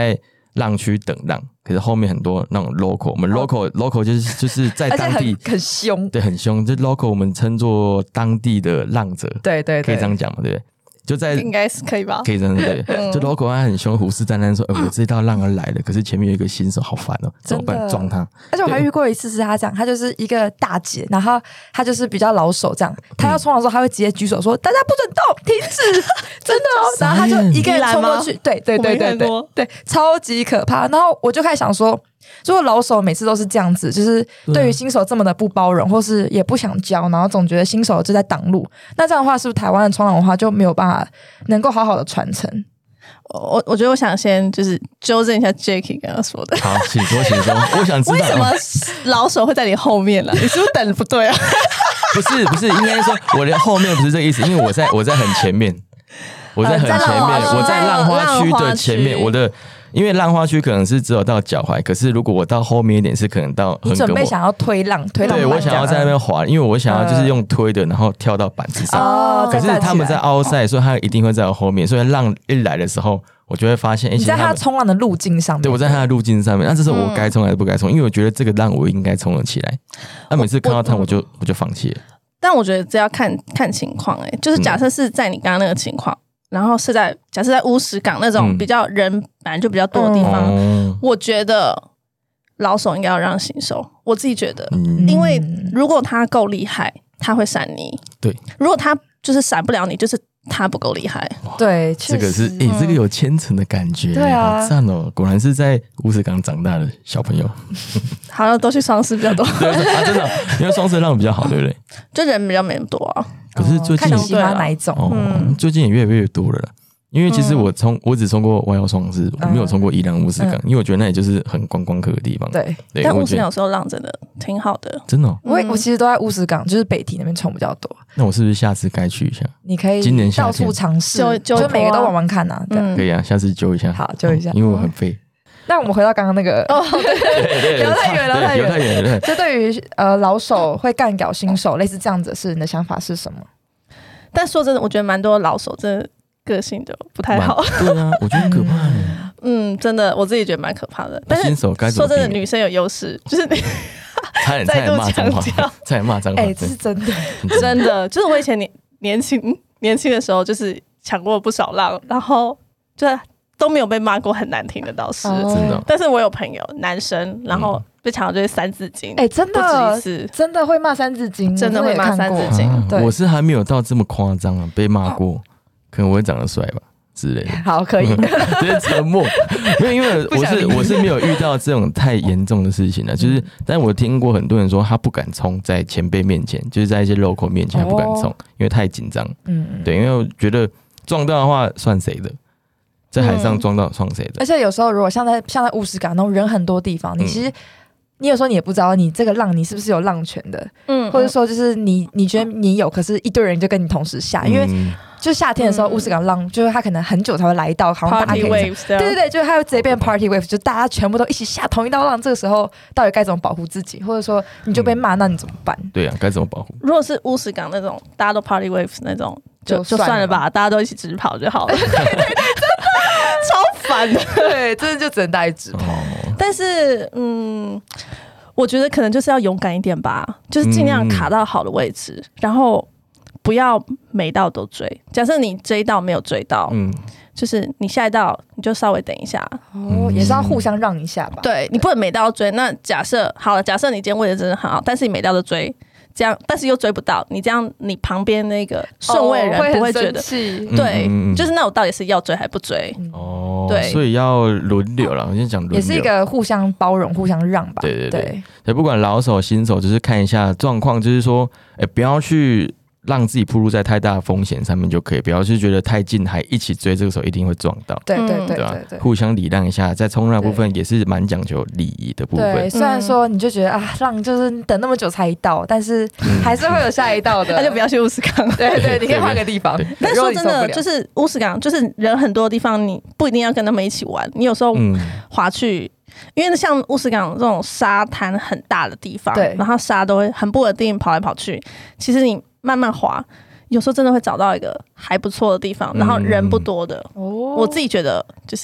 Speaker 2: 浪区等浪，可是后面很多那种 local， 我们 local 就是在当地
Speaker 1: 很凶，
Speaker 2: 对，很凶。这 local 我们称作当地的浪者，
Speaker 1: 对，可
Speaker 2: 以这样讲嘛，对不对？就在
Speaker 3: 应该是可以吧？
Speaker 2: 可以这样对，就 local 他很凶，虎视眈眈说：“我这道浪要来了，可是前面有一个新手，好烦哦，怎么办？撞他。”
Speaker 1: 而且我还遇过一次是他这样，他就是一个大姐，然后他就是比较老手这样，他要冲的时候他会直接举手说：“大家不准动，停止！”真的哦，然后他就一个人冲过去，对，超级可怕。然后我就开始想说，如果老手每次都是这样子，就是对于新手这么的不包容，或是也不想教，然后总觉得新手就在挡路，那这样的话，是不是台湾的冲浪文化就没有办法能够好好的传承？
Speaker 3: 我觉得我想先就是纠正一下 Jacky 刚刚说的。
Speaker 2: 好，请说，我想知道
Speaker 3: 为什么老手会在你后面呢？你是不是等的不对啊？
Speaker 2: 不是，应该说我的后面不是这个意思，因为我在很前面，我在浪花区的前面，因为浪花区可能是只有到脚踝，可是如果我到后面一点，是可能到横膈膜。
Speaker 1: 你准备想要推浪，
Speaker 2: 对，我想要在那边滑，因为我想要就是用推的，然后跳到板子上。可是他们在凹赛，所以他一定会在我后面，所以浪一来的时候，我就会发现，
Speaker 1: 你在他冲浪的路径上面。
Speaker 2: 对，我在他的路径上面，那这是我该冲还是不该冲？因为我觉得这个浪我应该冲得起来。那每次看到他，我就放弃了。
Speaker 3: 但我觉得这要看情况，就是假设是在你刚刚那个情况。然后假设在乌石港那种比较人本来就比较多的地方，我觉得老手应该要让新手。我自己觉得，因为如果他够厉害，他会闪你。
Speaker 2: 对，
Speaker 3: 如果他就是闪不了你，就是他不够厉害。
Speaker 1: 对，
Speaker 2: 这个是这个有千层的感觉，
Speaker 1: 对啊，
Speaker 2: 好赞哦！果然是在乌石港长大的小朋友。
Speaker 3: 好像都去双狮比较多，
Speaker 2: 对啊，真的，因为双狮浪比较好，对不对？
Speaker 3: 就人比较没那么多啊。
Speaker 2: 可是最近
Speaker 1: 看你喜欢哪一种，
Speaker 2: 最近也越来越多了啦。因为其实我只冲过弯腰双狮，我没有冲过宜兰乌石港，因为我觉得那里就是很观光客的地方。
Speaker 1: 对，
Speaker 3: 但乌石港有时候浪真的挺好的，
Speaker 2: 真的哦。
Speaker 1: 我其实都在乌石港，就是北堤那边冲比较多。
Speaker 2: 那我是不是下次该去一下？
Speaker 1: 你可以
Speaker 2: 今年夏天
Speaker 1: 到处尝试，
Speaker 3: 就
Speaker 1: 每个都玩玩看啊。
Speaker 2: 可以啊，下次揪一下。
Speaker 1: 好，揪一下，
Speaker 2: 因为我很废。
Speaker 1: 那我们回到刚刚那个，聊太远。这对于老手会干掉新手类似这样子的事，你的想法是什么？
Speaker 3: 但说真的，我觉得蛮多老手真的个性就不太好。
Speaker 2: 对啊，我觉得很可怕。
Speaker 3: 真的，我自己觉得蛮可怕的。但是
Speaker 2: 新手该怎么？
Speaker 3: 说真的，女生有优势，就是你
Speaker 2: 再度强调，再骂脏话。
Speaker 1: 这是真的，
Speaker 3: 真的。就是我以前年轻的时候，就是抢过不少浪，然后就都没有被骂过很难听的倒是。
Speaker 2: 真的。
Speaker 3: 但是我有朋友男生，然后被抢到就是3字经。
Speaker 1: 真的，
Speaker 3: 不止一次，
Speaker 1: 真的会骂3字经，
Speaker 3: 真的会骂3字经。
Speaker 1: 对，
Speaker 2: 我是还没有到这么夸张啊，被骂过，可能我会长得帅吧。之类的，
Speaker 1: 好，可以。
Speaker 2: 直接沉默，因为我是没有遇到这种太严重的事情的，就是，但我听过很多人说他不敢冲在前辈面前，就是在一些 local 面前他不敢冲，因为太紧张。对，因为我觉得撞到的话算谁的，在海上撞到算谁的。
Speaker 1: 而且有时候如果像在乌石港那种人很多地方，你其实你有时候你也不知道你这个浪你是不是有浪权的，或者说就是你觉得你有，可是一堆人就跟你同时下，因为。就夏天的时候，乌石港浪就是他可能很久才会来到，好像大家可以
Speaker 3: waves，
Speaker 1: 对，就是他会直接变 party wave， 就大家全部都一起下同一道浪。这个时候到底该怎么保护自己，或者说你就被骂，那你怎么办？
Speaker 2: 对啊，该怎么保护？
Speaker 3: 如果是乌石港那种大家都 party waves 那种，就算了吧，大家都一起直跑就好了。对，真的超烦的，
Speaker 1: 对，真的就只能大家直跑。
Speaker 3: 但是我觉得可能就是要勇敢一点吧，就是尽量卡到好的位置，然后。不要每道都追，假设你这一道没有追到，就是你下一道你就稍微等一下，
Speaker 1: 也是要互相让一下吧。
Speaker 3: 对，你不能每道都追。那假设好了，假设你今天位置真的很好，但是你每道都追，这样但是又追不到，你这样你旁边那个顺位人不会觉得，对，就是那我到底是要追还不追？对，
Speaker 2: 所以要轮流了。我先讲轮流，
Speaker 1: 也是一个互相包容、互相让吧。
Speaker 2: 对，不管老手新手，就是看一下状况，就是说，不要去。让自己暴露在太大的风险上面就可以，不要去觉得太近还一起追，这个时候一定会撞到。
Speaker 1: 对，
Speaker 2: 互相礼让一下，在冲浪部分也是蛮讲究礼仪的部分。
Speaker 1: 对，虽然说你就觉得浪就是等那么久才一道，但是还是会有下一道的。
Speaker 3: 那就不要去乌石港。
Speaker 1: 对，你可以换个地方。
Speaker 3: 但说真的，就是乌石港，就是人很多的地方，你不一定要跟他们一起玩。你有时候滑去。因为像乌石港这种沙滩很大的地方，然后沙都会很不稳定跑来跑去，其实你慢慢滑，有时候真的会找到一个还不错的地方，然后人不多的。我自己觉得就是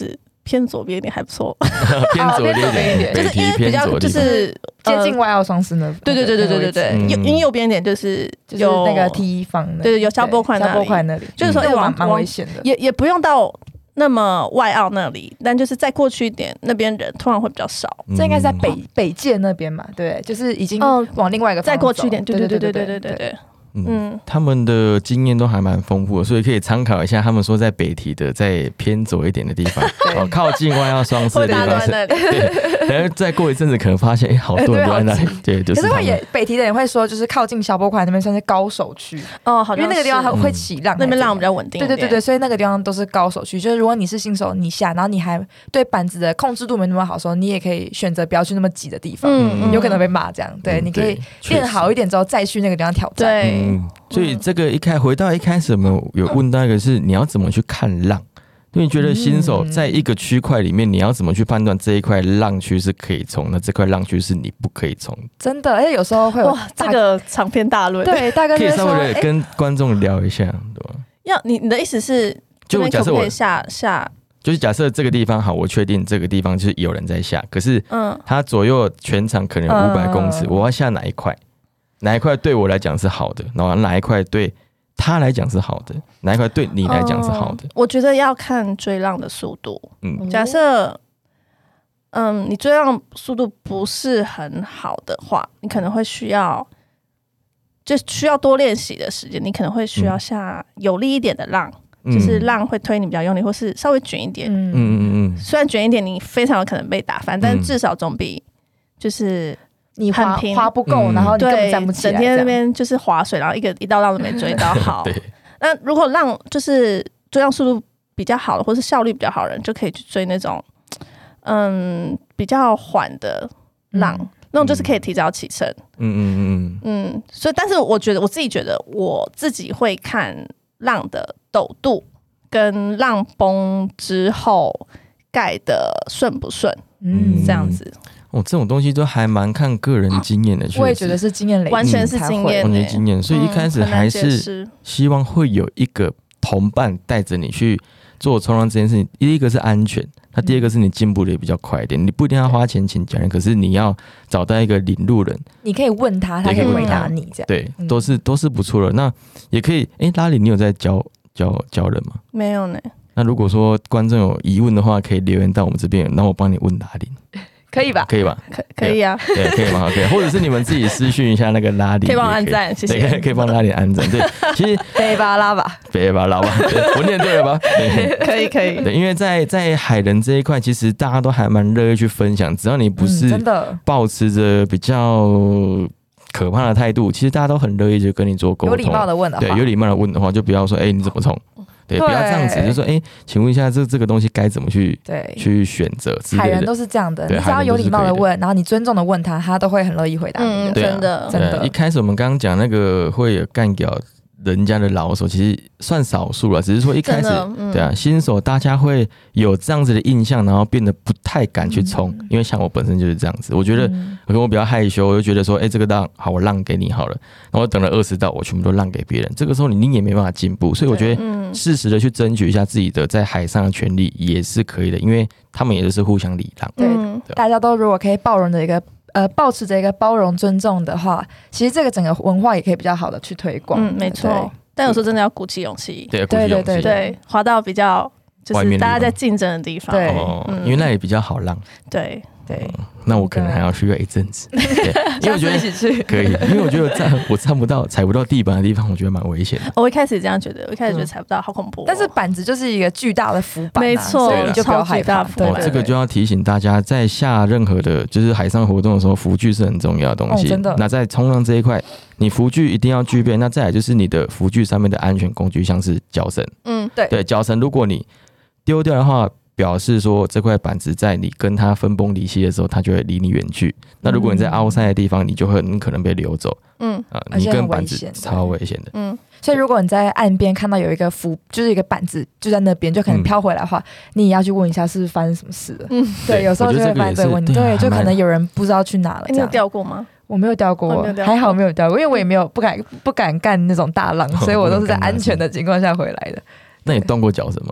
Speaker 3: 偏左边一点还不错，
Speaker 2: 偏左边一点，
Speaker 3: 就是因为比较就是
Speaker 1: 接近外澳双司那，
Speaker 3: 对，因为右边一点就是
Speaker 1: 那个 T 房，
Speaker 3: 对，有消波块
Speaker 1: 那里，
Speaker 3: 就是说
Speaker 1: 蛮危险的，
Speaker 3: 也不用到那么外澳那里，但就是再过去一点，那边人突然会比较少。
Speaker 1: 这应该是在北界那边嘛？对，就是已经往另外一个方向
Speaker 3: 再过去一点，对。
Speaker 2: 他们的经验都还蛮丰富的，所以可以参考一下。他们说在北堤的在偏左一点的地方，靠近外澳双司的地方，对，然后再过一阵子可能发现，好多人都在那里，对，就是。
Speaker 1: 可是北堤的人会说，就是靠近消波块那边算是高手区
Speaker 3: 哦，好，
Speaker 1: 因为那个地方它会起浪，
Speaker 3: 那边浪比较稳定。
Speaker 1: 对，所以那个地方都是高手区。就是如果你是新手，你下，然后你还对板子的控制度没那么好的时候，你也可以选择不要去那么挤的地方，有可能被骂这样。对，你可以练好一点之后再去那个地方挑战。
Speaker 3: 对，
Speaker 2: 所以这个回到一开始，我们有问到一个是你要怎么去看浪？因为你觉得新手在一个区块里面，你要怎么去判断这一块浪区是可以冲，那这块浪区是你不可以冲？
Speaker 1: 真的，而且有时候会有
Speaker 3: 这个长篇大论。
Speaker 1: 对，大概
Speaker 2: 可以稍微的跟观众聊一下，对吧？
Speaker 3: 你的意思是，
Speaker 2: 就假设我
Speaker 3: 下，
Speaker 2: 就是假设这个地方好，我确定这个地方就是有人在下，可是它左右全场可能有500公尺，我要下哪一块？哪一块对我来讲是好的，然后哪一块对他来讲是好的，哪一块对你来讲是好的？
Speaker 3: 我觉得要看追浪的速度。假设你追浪速度不是很好的话，你可能会需要多练习的时间，你可能会需要下有力一点的浪，就是浪会推你比较用力，或是稍微卷一点。虽然卷一点你非常有可能被打翻，但是至少总比就是
Speaker 1: 你滑不够，然后你根本站不起来，
Speaker 3: 整天那边就是划水，然后一道浪都没追到好。那如果浪就是追浪速度比较好的，或是效率比较好的人，就可以去追那种比较缓的浪，那种就是可以提早起身。所以但是我自己觉得我自己会看浪的陡度跟浪崩之后盖的顺不顺，这样子。
Speaker 2: 这种东西都还蛮看个人经验的，
Speaker 1: 我也觉得是经验累积，
Speaker 3: 完全是经验，
Speaker 2: 所以一开始还是希望会有一个同伴带着你去做冲浪这件事情。第一个是安全，那第二个是你进步的也比较快一点。你不一定要花钱请教练，可是你要找到一个领路人，
Speaker 1: 你可以问他，他可以回答你，这样
Speaker 2: 对，都是不错的。那也可以，拉里，你有在教人吗？
Speaker 3: 没有呢。
Speaker 2: 那如果说观众有疑问的话，可以留言到我们这边，那我帮你问拉里。
Speaker 1: 可以吧？
Speaker 2: 可以吧？
Speaker 3: 可以啊。
Speaker 2: 对，可以吗？可以，或者是你们自己私讯一下那个拉里，
Speaker 3: 可以帮我按赞，谢谢。
Speaker 2: 可以帮拉里按赞。对，其实
Speaker 1: 北巴拉吧，
Speaker 2: 我念对了吧？
Speaker 3: 可以。
Speaker 2: 对，因为在海人这一块，其实大家都还蛮乐意去分享，只要你不是抱持着比较可怕的态度，其实大家都很乐意就跟你做沟通。
Speaker 1: 有礼貌的问的话，
Speaker 2: 对，有礼貌的问的话，就不要说你怎么冲。对，不要这样子，就说请问一下，这个东西该怎么去选择？
Speaker 1: 海人都是这样的，你只要有礼貌的问，然后你尊重的问他，他都会很乐意回答你的。
Speaker 3: 真的。
Speaker 2: 一开始我们刚刚讲那个会有干掉人家的老手，其实算少数了，只是说一开始新手大家会有这样子的印象，然后变得不太敢去冲，因为像我本身就是这样子，我觉得我比较害羞，我就觉得说这个浪好，我让给你好了，然后我等了20道，我全部都让给别人，这个时候你也没办法进步，所以我觉得适时的去争取一下自己的在海上的权利也是可以的，因为他们也就是互相礼让。
Speaker 1: 对，大家都如果可以包容的一个抱持着一个包容尊重的话，其实这个整个文化也可以比较好的去推广。
Speaker 3: 没错。但有时候真的要鼓起勇气，
Speaker 2: 对，
Speaker 3: 滑到比较就是大家在竞争的地方，
Speaker 1: 对，
Speaker 2: 因为那里比较好浪，
Speaker 3: 对，
Speaker 2: 那我可能还要需要一阵子，因为我觉得可以，因为我觉得我踩不到地板的地方，我觉得蛮危险的。
Speaker 3: 我一开始这样觉得，我一开始觉得踩不到，好恐怖。
Speaker 1: 但是板子就是一个巨大的浮板，
Speaker 3: 没错，
Speaker 1: 所以你就不要害怕。
Speaker 2: 这个就要提醒大家，在下任何的就是海上活动的时候，浮具是很重要的东西。
Speaker 1: 真的。
Speaker 2: 那在冲浪这一块，你浮具一定要具备。那再来就是你的浮具上面的安全工具，像是脚绳。对，脚绳如果你丢掉的话，表示说这块板子在你跟它分崩离析的时候，它就会离你远去。那如果你在凹塞的地方，你就会很可能被流走。你跟板子超危险的。
Speaker 1: 所以如果你在岸边看到有一个就是一个板子就在那边，就可能飘回来的话，你也要去问一下是不是发生什么事了。对，有时候就会发生这个问题。对，就可能有人不知道去哪了。
Speaker 3: 你有掉过吗？
Speaker 1: 我没有掉过，还好没有掉过，因为我也没有不敢干那种大浪，所以我都是在安全的情况下回来的。
Speaker 2: 那你断过脚绳吗？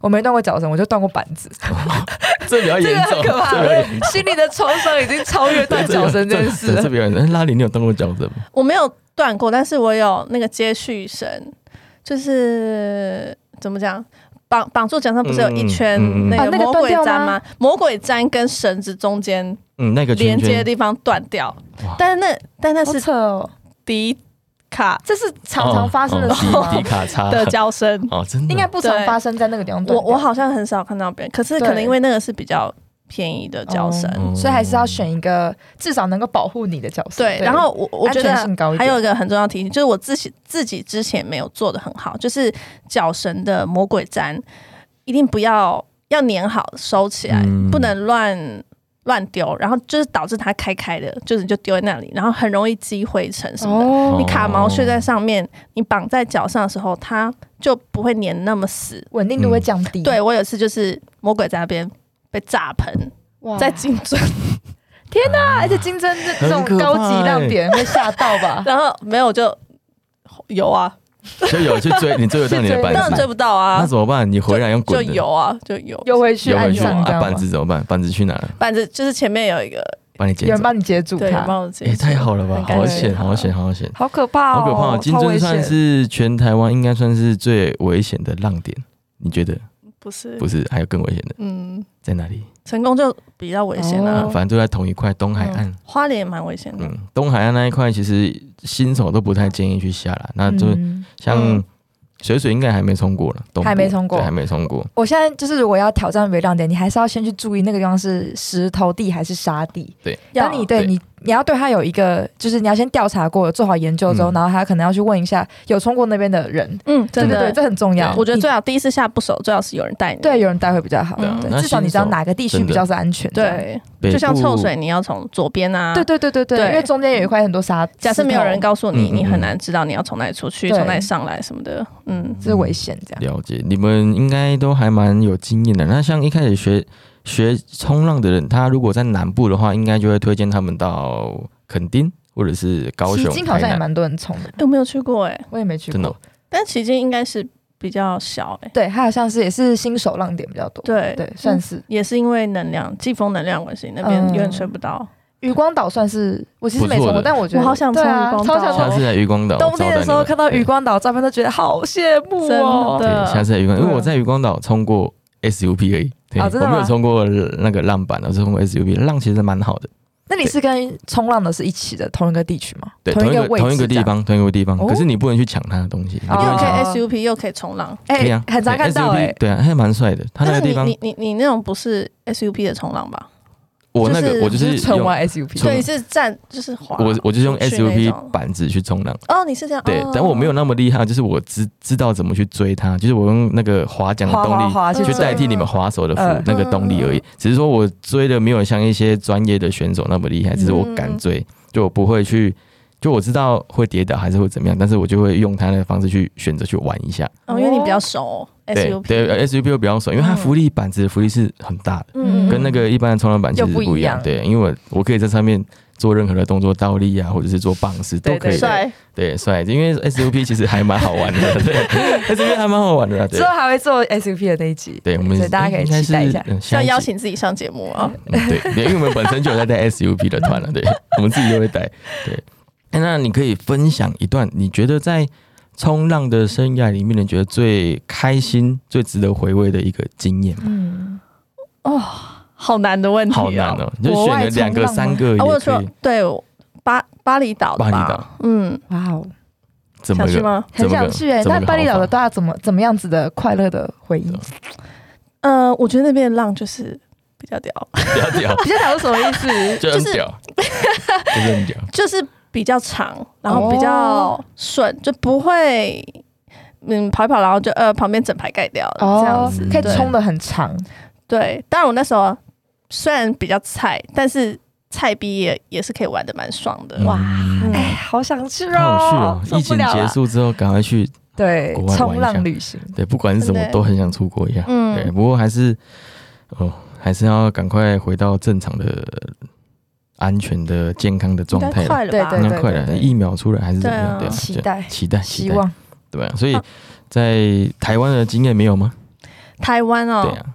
Speaker 1: 我没断过脚绳，我就断过板子。
Speaker 2: 这比较严重，
Speaker 1: 这个很可怕，心里的创伤已经超越断脚绳这件事了。
Speaker 2: 这比较严重。拉里，你有断过脚绳吗？
Speaker 3: 我没有断过，但是我有那个接续绳，就是怎么讲？绑住脚上不是有一圈那个魔鬼毡吗？魔鬼毡跟绳子中间
Speaker 2: 那个
Speaker 3: 连接的地方断掉，但那是迪卡，
Speaker 1: 这是常常发生的事吗？
Speaker 2: 迪卡叉
Speaker 3: 的脚绳
Speaker 2: 真的
Speaker 1: 应该不常发生在那个地方断掉。
Speaker 3: 我好像很少看到别人，可是可能因为那个是比较便宜的脚绳，
Speaker 1: 所以还是要选一个至少能够保护你的脚绳。
Speaker 3: 对，然后我觉得还有一个很重要的提醒，就是我自己之前没有做的很好，就是脚绳的魔鬼毡一定不要粘好收起来，不能乱丢，然后就是导致它开的，就是你就丢在那里，然后很容易积灰尘什么的。你卡毛屑在上面，你绑在脚上的时候，它就不会粘那么死，
Speaker 1: 稳定度会降低。
Speaker 3: 对，我有一次就是魔鬼在那边被炸喷，在金针，
Speaker 1: 天哪！而且金针这种高级亮点会吓到吧？
Speaker 3: 然后没有就有啊，
Speaker 2: 就有去追，你追得到你的板子？
Speaker 3: 当然追不到啊，
Speaker 2: 那怎么办？你回来用滚的？
Speaker 3: 就有啊，
Speaker 1: 游回去岸上。
Speaker 2: 板子怎么办？板子去哪了？
Speaker 3: 板子就是前面有一个
Speaker 2: 帮你接，
Speaker 1: 有人帮你接住它。
Speaker 2: 太好了吧！好险，好险，好险！
Speaker 1: 好可怕哦！
Speaker 2: 好可怕！金针算是全台湾应该算是最危险的浪点，你觉得？
Speaker 3: 不是，
Speaker 2: 还有更危险的。在哪里？
Speaker 3: 成功就比较危险了，
Speaker 2: 反正都在同一块东海岸。
Speaker 3: 花莲也蛮危险的。
Speaker 2: 东海岸那一块其实新手都不太建议去下啦。那就像水应该还没冲过了，
Speaker 1: 还没冲过，
Speaker 2: 还没冲过。
Speaker 1: 我现在就是如果要挑战微亮点，你还是要先去注意那个地方是石头地还是沙地。
Speaker 2: 对，
Speaker 1: 当你要对他有一个，就是你要先调查过，做好研究之后，然后他可能要去问一下有冲过那边的人。真的，对，这很重要。
Speaker 3: 我觉得最好第一次下不熟，最好是有人带你。
Speaker 1: 对，有人带会比较好。对，至少你知道哪个地区比较是安全。
Speaker 3: 对，就像臭水，你要从左边啊。
Speaker 1: 对，因为中间有一块很多沙。
Speaker 3: 假设没有人告诉你，你很难知道你要从哪里出去，从哪里上来什么的。
Speaker 1: 这是危险。这样
Speaker 2: 了解，你们应该都还蛮有经验的。那像一开始学冲浪的人，他如果在南部的话，应该就会推荐他们到垦丁或者是高雄。
Speaker 1: 旗津好像也蛮多人冲的，
Speaker 3: 我没有去过
Speaker 1: 我也没去过。
Speaker 3: 但旗津应该是比较小
Speaker 1: 对，它好像是也是新手浪点比较多。对，算是
Speaker 3: 也是因为季风能量关系，那边有点吹不到。
Speaker 1: 渔光岛算是我其实没冲过，但我觉得
Speaker 3: 我好想冲渔光岛。
Speaker 2: 下次来渔光岛，
Speaker 1: 冬天的时候看到渔光岛照片都觉得好羡慕哦。
Speaker 3: 真的，
Speaker 2: 下次来渔光，因为我在渔光岛冲过 SUP 而已，我没有冲过那个浪板，我是冲过 SUP， 浪其实蛮好的。
Speaker 1: 那你是跟冲浪的是一起的同一个地区吗？
Speaker 2: 对，同一个地方，同一个地方。可是你不能去抢他的东西，
Speaker 3: 又可以 SUP 又可以冲浪，
Speaker 2: 可以啊，
Speaker 1: 很常看到
Speaker 2: 对啊，还蛮帅的。他那个地方，
Speaker 3: 你那种不是 SUP 的冲浪吧？
Speaker 2: 我那个我就是
Speaker 1: 纯玩 SUP，
Speaker 3: 对，你是站就是滑，
Speaker 2: 我就是用 SUP 板子去冲浪。
Speaker 3: 你是这样？
Speaker 2: 对，但我没有那么厉害，就是我知道怎么去追它，就是我用那个划桨的动力去代替你们划手的那个动力而已。只是说我追的没有像一些专业的选手那么厉害，只是我敢追，就我不会去。就我知道会跌倒还是会怎么样，但是我就会用它的方式去选择去玩一下。
Speaker 3: 因为你比较熟 SUP，
Speaker 2: 对 SUP 又比较熟，因为它浮力板子的浮力是很大的，跟那个一般的冲浪板其实不一样。对，因为我可以在上面做任何的动作，倒立啊，或者是做棒式都可以。对，帅，因为 SUP 其实还蛮好玩的，对 ，SUP 还蛮好玩的。
Speaker 1: 之后还会做 SUP 的那一集，
Speaker 2: 对，我们
Speaker 1: 大家可以期待一下，
Speaker 3: 要邀请自己上节目啊。
Speaker 2: 对，因为我们本身就有在带 SUP 的团了，对，我们自己就会带，对。那你可以分享一段你觉得在冲浪的生涯里面，你觉得最开心、最值得回味的一个经验吗？
Speaker 3: 好难的问题，
Speaker 2: 好难哦！就选了2个、3个也可以。
Speaker 3: 我说对，巴厘岛，
Speaker 2: 巴厘岛，
Speaker 1: 哇哦，
Speaker 3: 想去吗？
Speaker 1: 很想去那巴厘岛的大家怎么样子的快乐的回忆？
Speaker 3: 我觉得那边的浪就是比较屌，
Speaker 2: 比较屌
Speaker 1: 是什么意思？
Speaker 2: 就是屌，就是很屌，
Speaker 3: 就是比较长，然后比较顺，就不会跑一跑，然后就旁边整排盖掉了这样子，
Speaker 1: 可以冲得很长。
Speaker 3: 对，当然我那时候虽然比较菜，但是菜逼也是可以玩得蛮爽的。哇，
Speaker 1: 好想去哦！
Speaker 2: 好去哦！疫情结束之后，赶快去
Speaker 1: 对冲浪旅行。
Speaker 2: 对，不管是什么，都很想出国一下。对，不过还是要赶快回到正常的、安全的、健康的状态。
Speaker 3: 应该快了吧？
Speaker 2: 应该快了，疫苗出来还是怎么样？对，
Speaker 1: 期待，
Speaker 2: 期待，
Speaker 1: 希望。
Speaker 2: 对啊，所以在台湾的经验没有吗？
Speaker 3: 台湾哦，
Speaker 2: 对啊，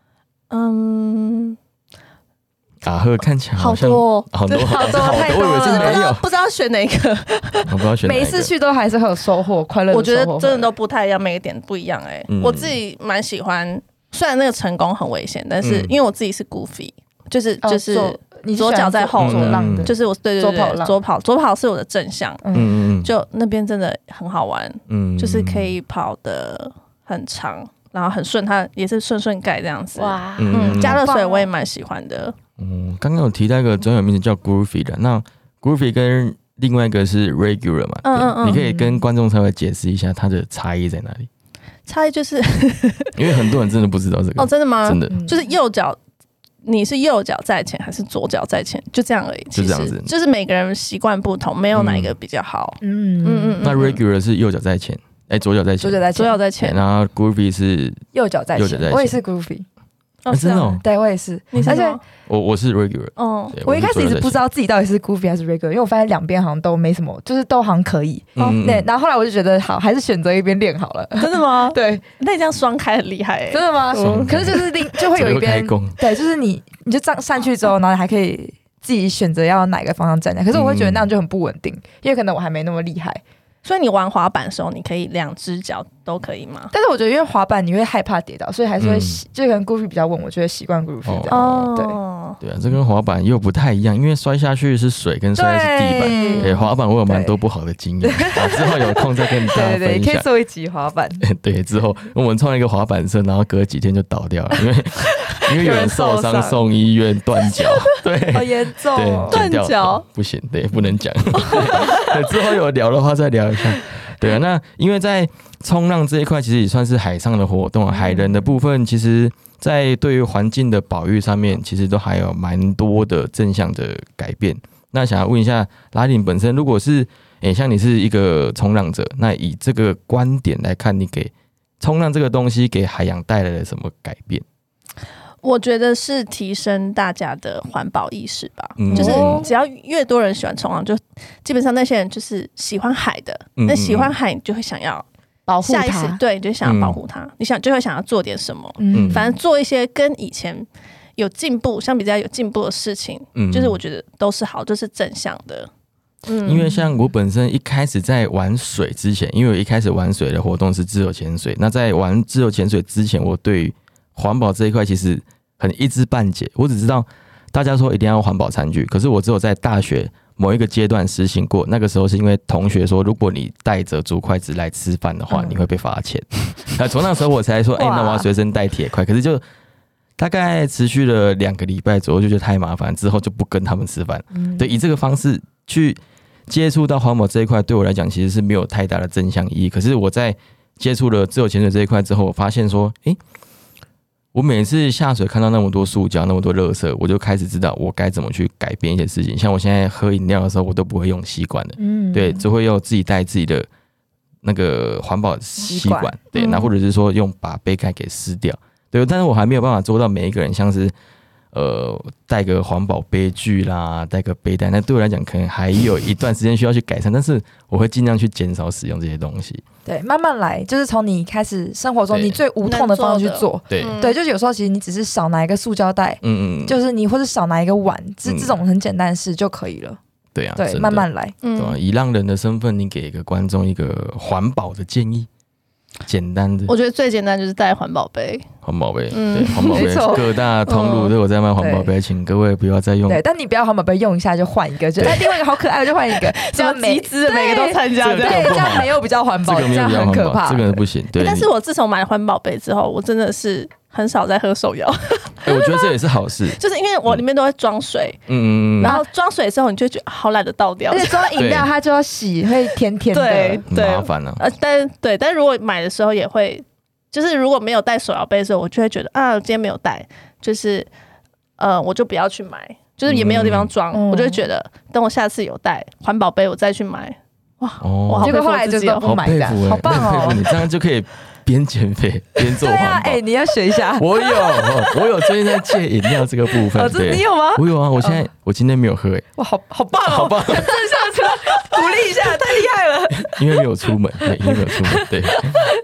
Speaker 2: 卡赫看起来好像
Speaker 3: 好多
Speaker 1: 太多了，
Speaker 2: 我以为真没有，
Speaker 3: 不知道选哪一个。
Speaker 2: 我不知道选哪一个。
Speaker 1: 每一次去都还是会有收获，快乐的收获。
Speaker 3: 我觉得真的都不太一样，每个点不一样我自己蛮喜欢，虽然那个成功很危险，但是因为我自己是 Goofy， 就是左脚在后的，就是我对左跑是我的正向，就那边真的很好玩，就是可以跑得很长，然后很顺，它也是顺盖这样子。哇，加热水我也蛮喜欢的。
Speaker 2: 刚刚有提到一个专有名词叫 Groovy 的，那 Groovy 跟另外一个是 Regular 嘛，你可以跟观众稍微解释一下它的差异在哪里？
Speaker 3: 差异就是
Speaker 2: 因为很多人真的不知道这个。
Speaker 3: 真的吗？
Speaker 2: 真的，
Speaker 3: 就是右脚。你是右脚在前还是左脚在前？就这样而已。
Speaker 2: 就这样子，
Speaker 3: 就是每个人习惯不同，没有哪一个比较好。
Speaker 2: 那 Regular 是右脚在前，左脚在前，
Speaker 3: 左脚在前。
Speaker 2: 然后 Groovy 是
Speaker 1: 右脚在前，我也是 Groovy。
Speaker 2: 真的哦，
Speaker 1: 对我也是，
Speaker 3: 而且
Speaker 2: 我是 regular。
Speaker 1: 我一开始一直不知道自己到底是 Goofy 还是 regular， 因为我发现两边好像都没什么，就是都好像可以。对，然后后来我就觉得好，还是选择一边练好了。
Speaker 3: 真的吗？
Speaker 1: 对，
Speaker 3: 那你这样双开很厉害。
Speaker 1: 真的吗？可是就是就会有一边，对，就是你就这样上去之后，然后你还可以自己选择要哪个方向站起来。可是我会觉得那样就很不稳定，因为可能我还没那么厉害。
Speaker 3: 所以你玩滑板的时候，你可以两只脚都可以吗？
Speaker 1: 但是我觉得因为滑板你会害怕跌倒，所以还是会就可能 Goofy 比较稳，我觉得习惯 Goofy 这样。
Speaker 2: 对啊，这跟滑板又不太一样，因为摔下去是水跟摔的是地板。滑板我有蛮多不好的经验，之后有空再跟大家分享。
Speaker 1: 对，可以做一集滑板。
Speaker 2: 对，之后我们创了一个滑板社，然后隔几天就倒掉了，因为有人受伤送医院断脚，对，
Speaker 1: 好严重，
Speaker 3: 断脚
Speaker 2: 不行，对，不能讲。之后有聊的话再聊一下。对啊，那因为在冲浪这一块，其实也算是海上的活动，海人的部分，其实在对于环境的保育上面，其实都还有蛮多的正向的改变。那想要问一下拉丁本身，如果是像你是一个冲浪者，那以这个观点来看，你给冲浪这个东西给海洋带来了什么改变？
Speaker 3: 我觉得是提升大家的环保意识吧，就是只要越多人喜欢冲浪，就基本上那些人就是喜欢海的，那喜欢海你就会想要
Speaker 1: 保护它，
Speaker 3: 对，你就想要保护它，你就会想要做点什么，反正做一些跟以前有进步，相比较有进步的事情，就是我觉得都是好，就是正向的。
Speaker 2: 因为像我本身一开始在玩水之前，因为我一开始玩水的活动是自由潜水，那在玩自由潜水之前，我对于环保这一块其实很一知半解，我只知道大家说一定要环保餐具，可是我只有在大学某一个阶段实行过，那个时候是因为同学说，如果你带着竹筷子来吃饭的话，你会被罚钱。从那时候我才说，那我要随身带铁筷，可是就大概持续了2个礼拜左右，就觉得太麻烦，之后就不跟他们吃饭。对，以这个方式去接触到环保这一块，对我来讲其实是没有太大的正向意义。可是我在接触了自由潜水这一块之后，我发现说，我每次下水看到那么多塑胶、那么多垃圾，我就开始知道我该怎么去改变一些事情。像我现在喝饮料的时候，我都不会用吸管的，对，只会用自己带自己的那个环保吸管，对，那或者是说用把杯盖给撕掉，对。但是我还没有办法做到每一个人像是带个环保杯具啦，带个背带，那对我来讲可能还有一段时间需要去改善，但是我会尽量去减少使用这些东西。对，
Speaker 1: 慢慢来，就是从你开始生活中你最无痛的方式去做。对，就是有时候其实你只是少拿一个塑胶袋，就是你或是少拿一个碗，这种很简单的事就可以了。
Speaker 2: 对啊，
Speaker 1: 对，慢慢来。
Speaker 2: 对啊，以浪人的身份，你给一个观众一个环保的建议。简单的，
Speaker 3: 我觉得最简单就是带环保杯。
Speaker 2: 环保杯，对，环保杯，各大通路都有在卖环保杯，请各位不要再用。
Speaker 1: 对，但你不要环保杯用一下就换一个，就另外一个好可爱，就换一个，这样集资每个都参加，对，这样没有比较环保，这样很可怕，
Speaker 2: 这个不行。对，
Speaker 3: 但是我自从买环保杯之后，我真的是很少在喝手摇。
Speaker 2: 我觉得这也是好事，
Speaker 3: 就是因为我里面都会装水，然后装水之后你就觉得好懒得倒掉，
Speaker 1: 而且装饮料它就要洗，会甜甜的，
Speaker 3: 对，
Speaker 2: 麻烦了。
Speaker 3: 但如果买的时候也会，就是如果没有带手摇杯的时候，我就会觉得今天没有带，就是我就不要去买，就是也没有地方装，我就会觉得等我下次有带环保杯我再去买。哇，
Speaker 1: 结果后来就都不买的，好棒哦！
Speaker 2: 你这样就可以边减肥边做环保。
Speaker 1: 你要学一下。
Speaker 2: 我有最近在戒饮料这个部分。
Speaker 1: 你有吗？
Speaker 2: 我有啊，我今天没有喝。
Speaker 1: 哇，好棒哦！
Speaker 2: 好棒，
Speaker 1: 正上车鼓励一下，太厉害了。
Speaker 2: 因为没有出门，对。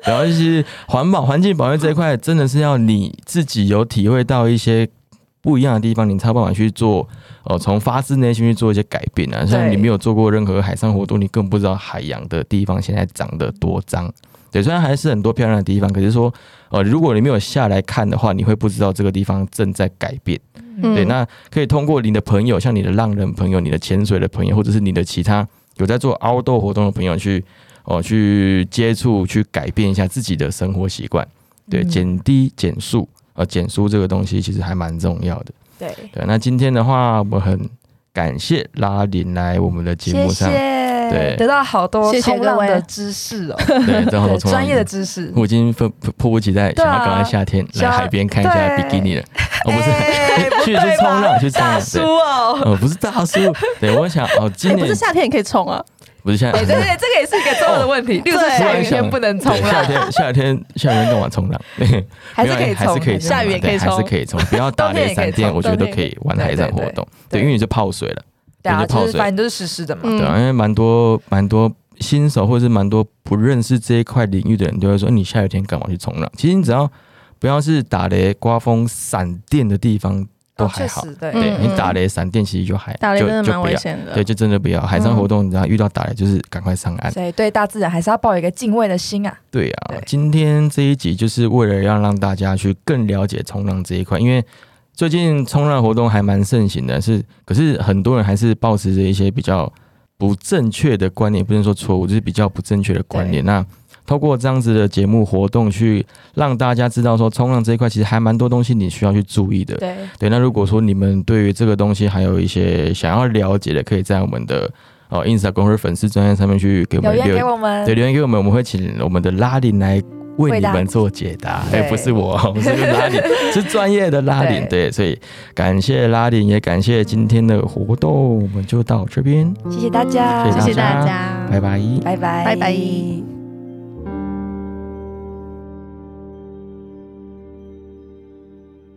Speaker 2: 然后就是环境保育这一块，真的是要你自己有体会到一些不一样的地方，你才有办法去做从发自内心去做一些改变啊。像你没有做过任何海上活动，你根本不知道海洋的地方现在长得多脏。对，虽然还是很多漂亮的地方，可是说如果你没有下来看的话，你会不知道这个地方正在改变。对，那可以通过你的朋友，像你的浪人朋友、你的潜水的朋友，或者是你的其他有在做 outdoor 活动的朋友去接触、去改变一下自己的生活习惯。对，减低减速减速这个东西其实还蛮重要的。对，那今天的话，我们很感谢拉琳来我们的节目上，
Speaker 1: 谢谢，对，得到好多冲浪的知识
Speaker 2: 对，得到好多
Speaker 1: 专业的知识。
Speaker 2: 我已经迫不及待想要赶快夏天来海边看一下比基尼了。不是，去冲浪，
Speaker 1: 大叔
Speaker 2: 不是大叔。对，我想今年
Speaker 3: 不是夏天也可以冲啊。
Speaker 2: 不是夏天，
Speaker 1: 对，这个也是一个重要的问题。例如说下雨天不能冲浪，
Speaker 2: 夏天干嘛冲浪？
Speaker 1: 还是可以，
Speaker 3: 下雨也可以冲，
Speaker 2: 还是可以冲。不要打雷闪电，我觉得都可以玩海上活动。对，因为你就泡水了，
Speaker 1: 对啊，就是反正都是湿湿的嘛。
Speaker 2: 对啊，因为蛮多新手或者是蛮多不认识这一块领域的人，都会说你下雨天干嘛去冲浪？其实你只要不要是打雷、刮风、闪电的地方。都还好，对，你打雷闪电其实就还
Speaker 3: 打雷真的蛮危险的，
Speaker 2: 对，就真的不要海上活动，你知道遇到打雷就是赶快上岸。
Speaker 1: 所以对大自然还是要抱一个敬畏的心啊。
Speaker 2: 对啊，今天这一集就是为了要让大家去更了解冲浪这一块，因为最近冲浪活动还蛮盛行的，可是很多人还是抱持着一些比较不正确的观念，不能说错误，就是比较不正确的观念。那透过这样子的节目活动，去让大家知道说，冲浪这一块其实还蛮多东西你需要去注意的。对。那如果说你们对于这个东西还有一些想要了解的，可以在我们的Instagram 或者粉丝专页上面去给我们留言给我们，我们会请我们的拉琳来为你们做解答。不是我是拉琳，是专业的拉琳。对，所以感谢拉琳，也感谢今天的活动，我们就到这边。
Speaker 1: 谢谢大家，
Speaker 3: 谢谢大家，
Speaker 2: 拜拜，
Speaker 1: 拜拜，
Speaker 3: 拜拜。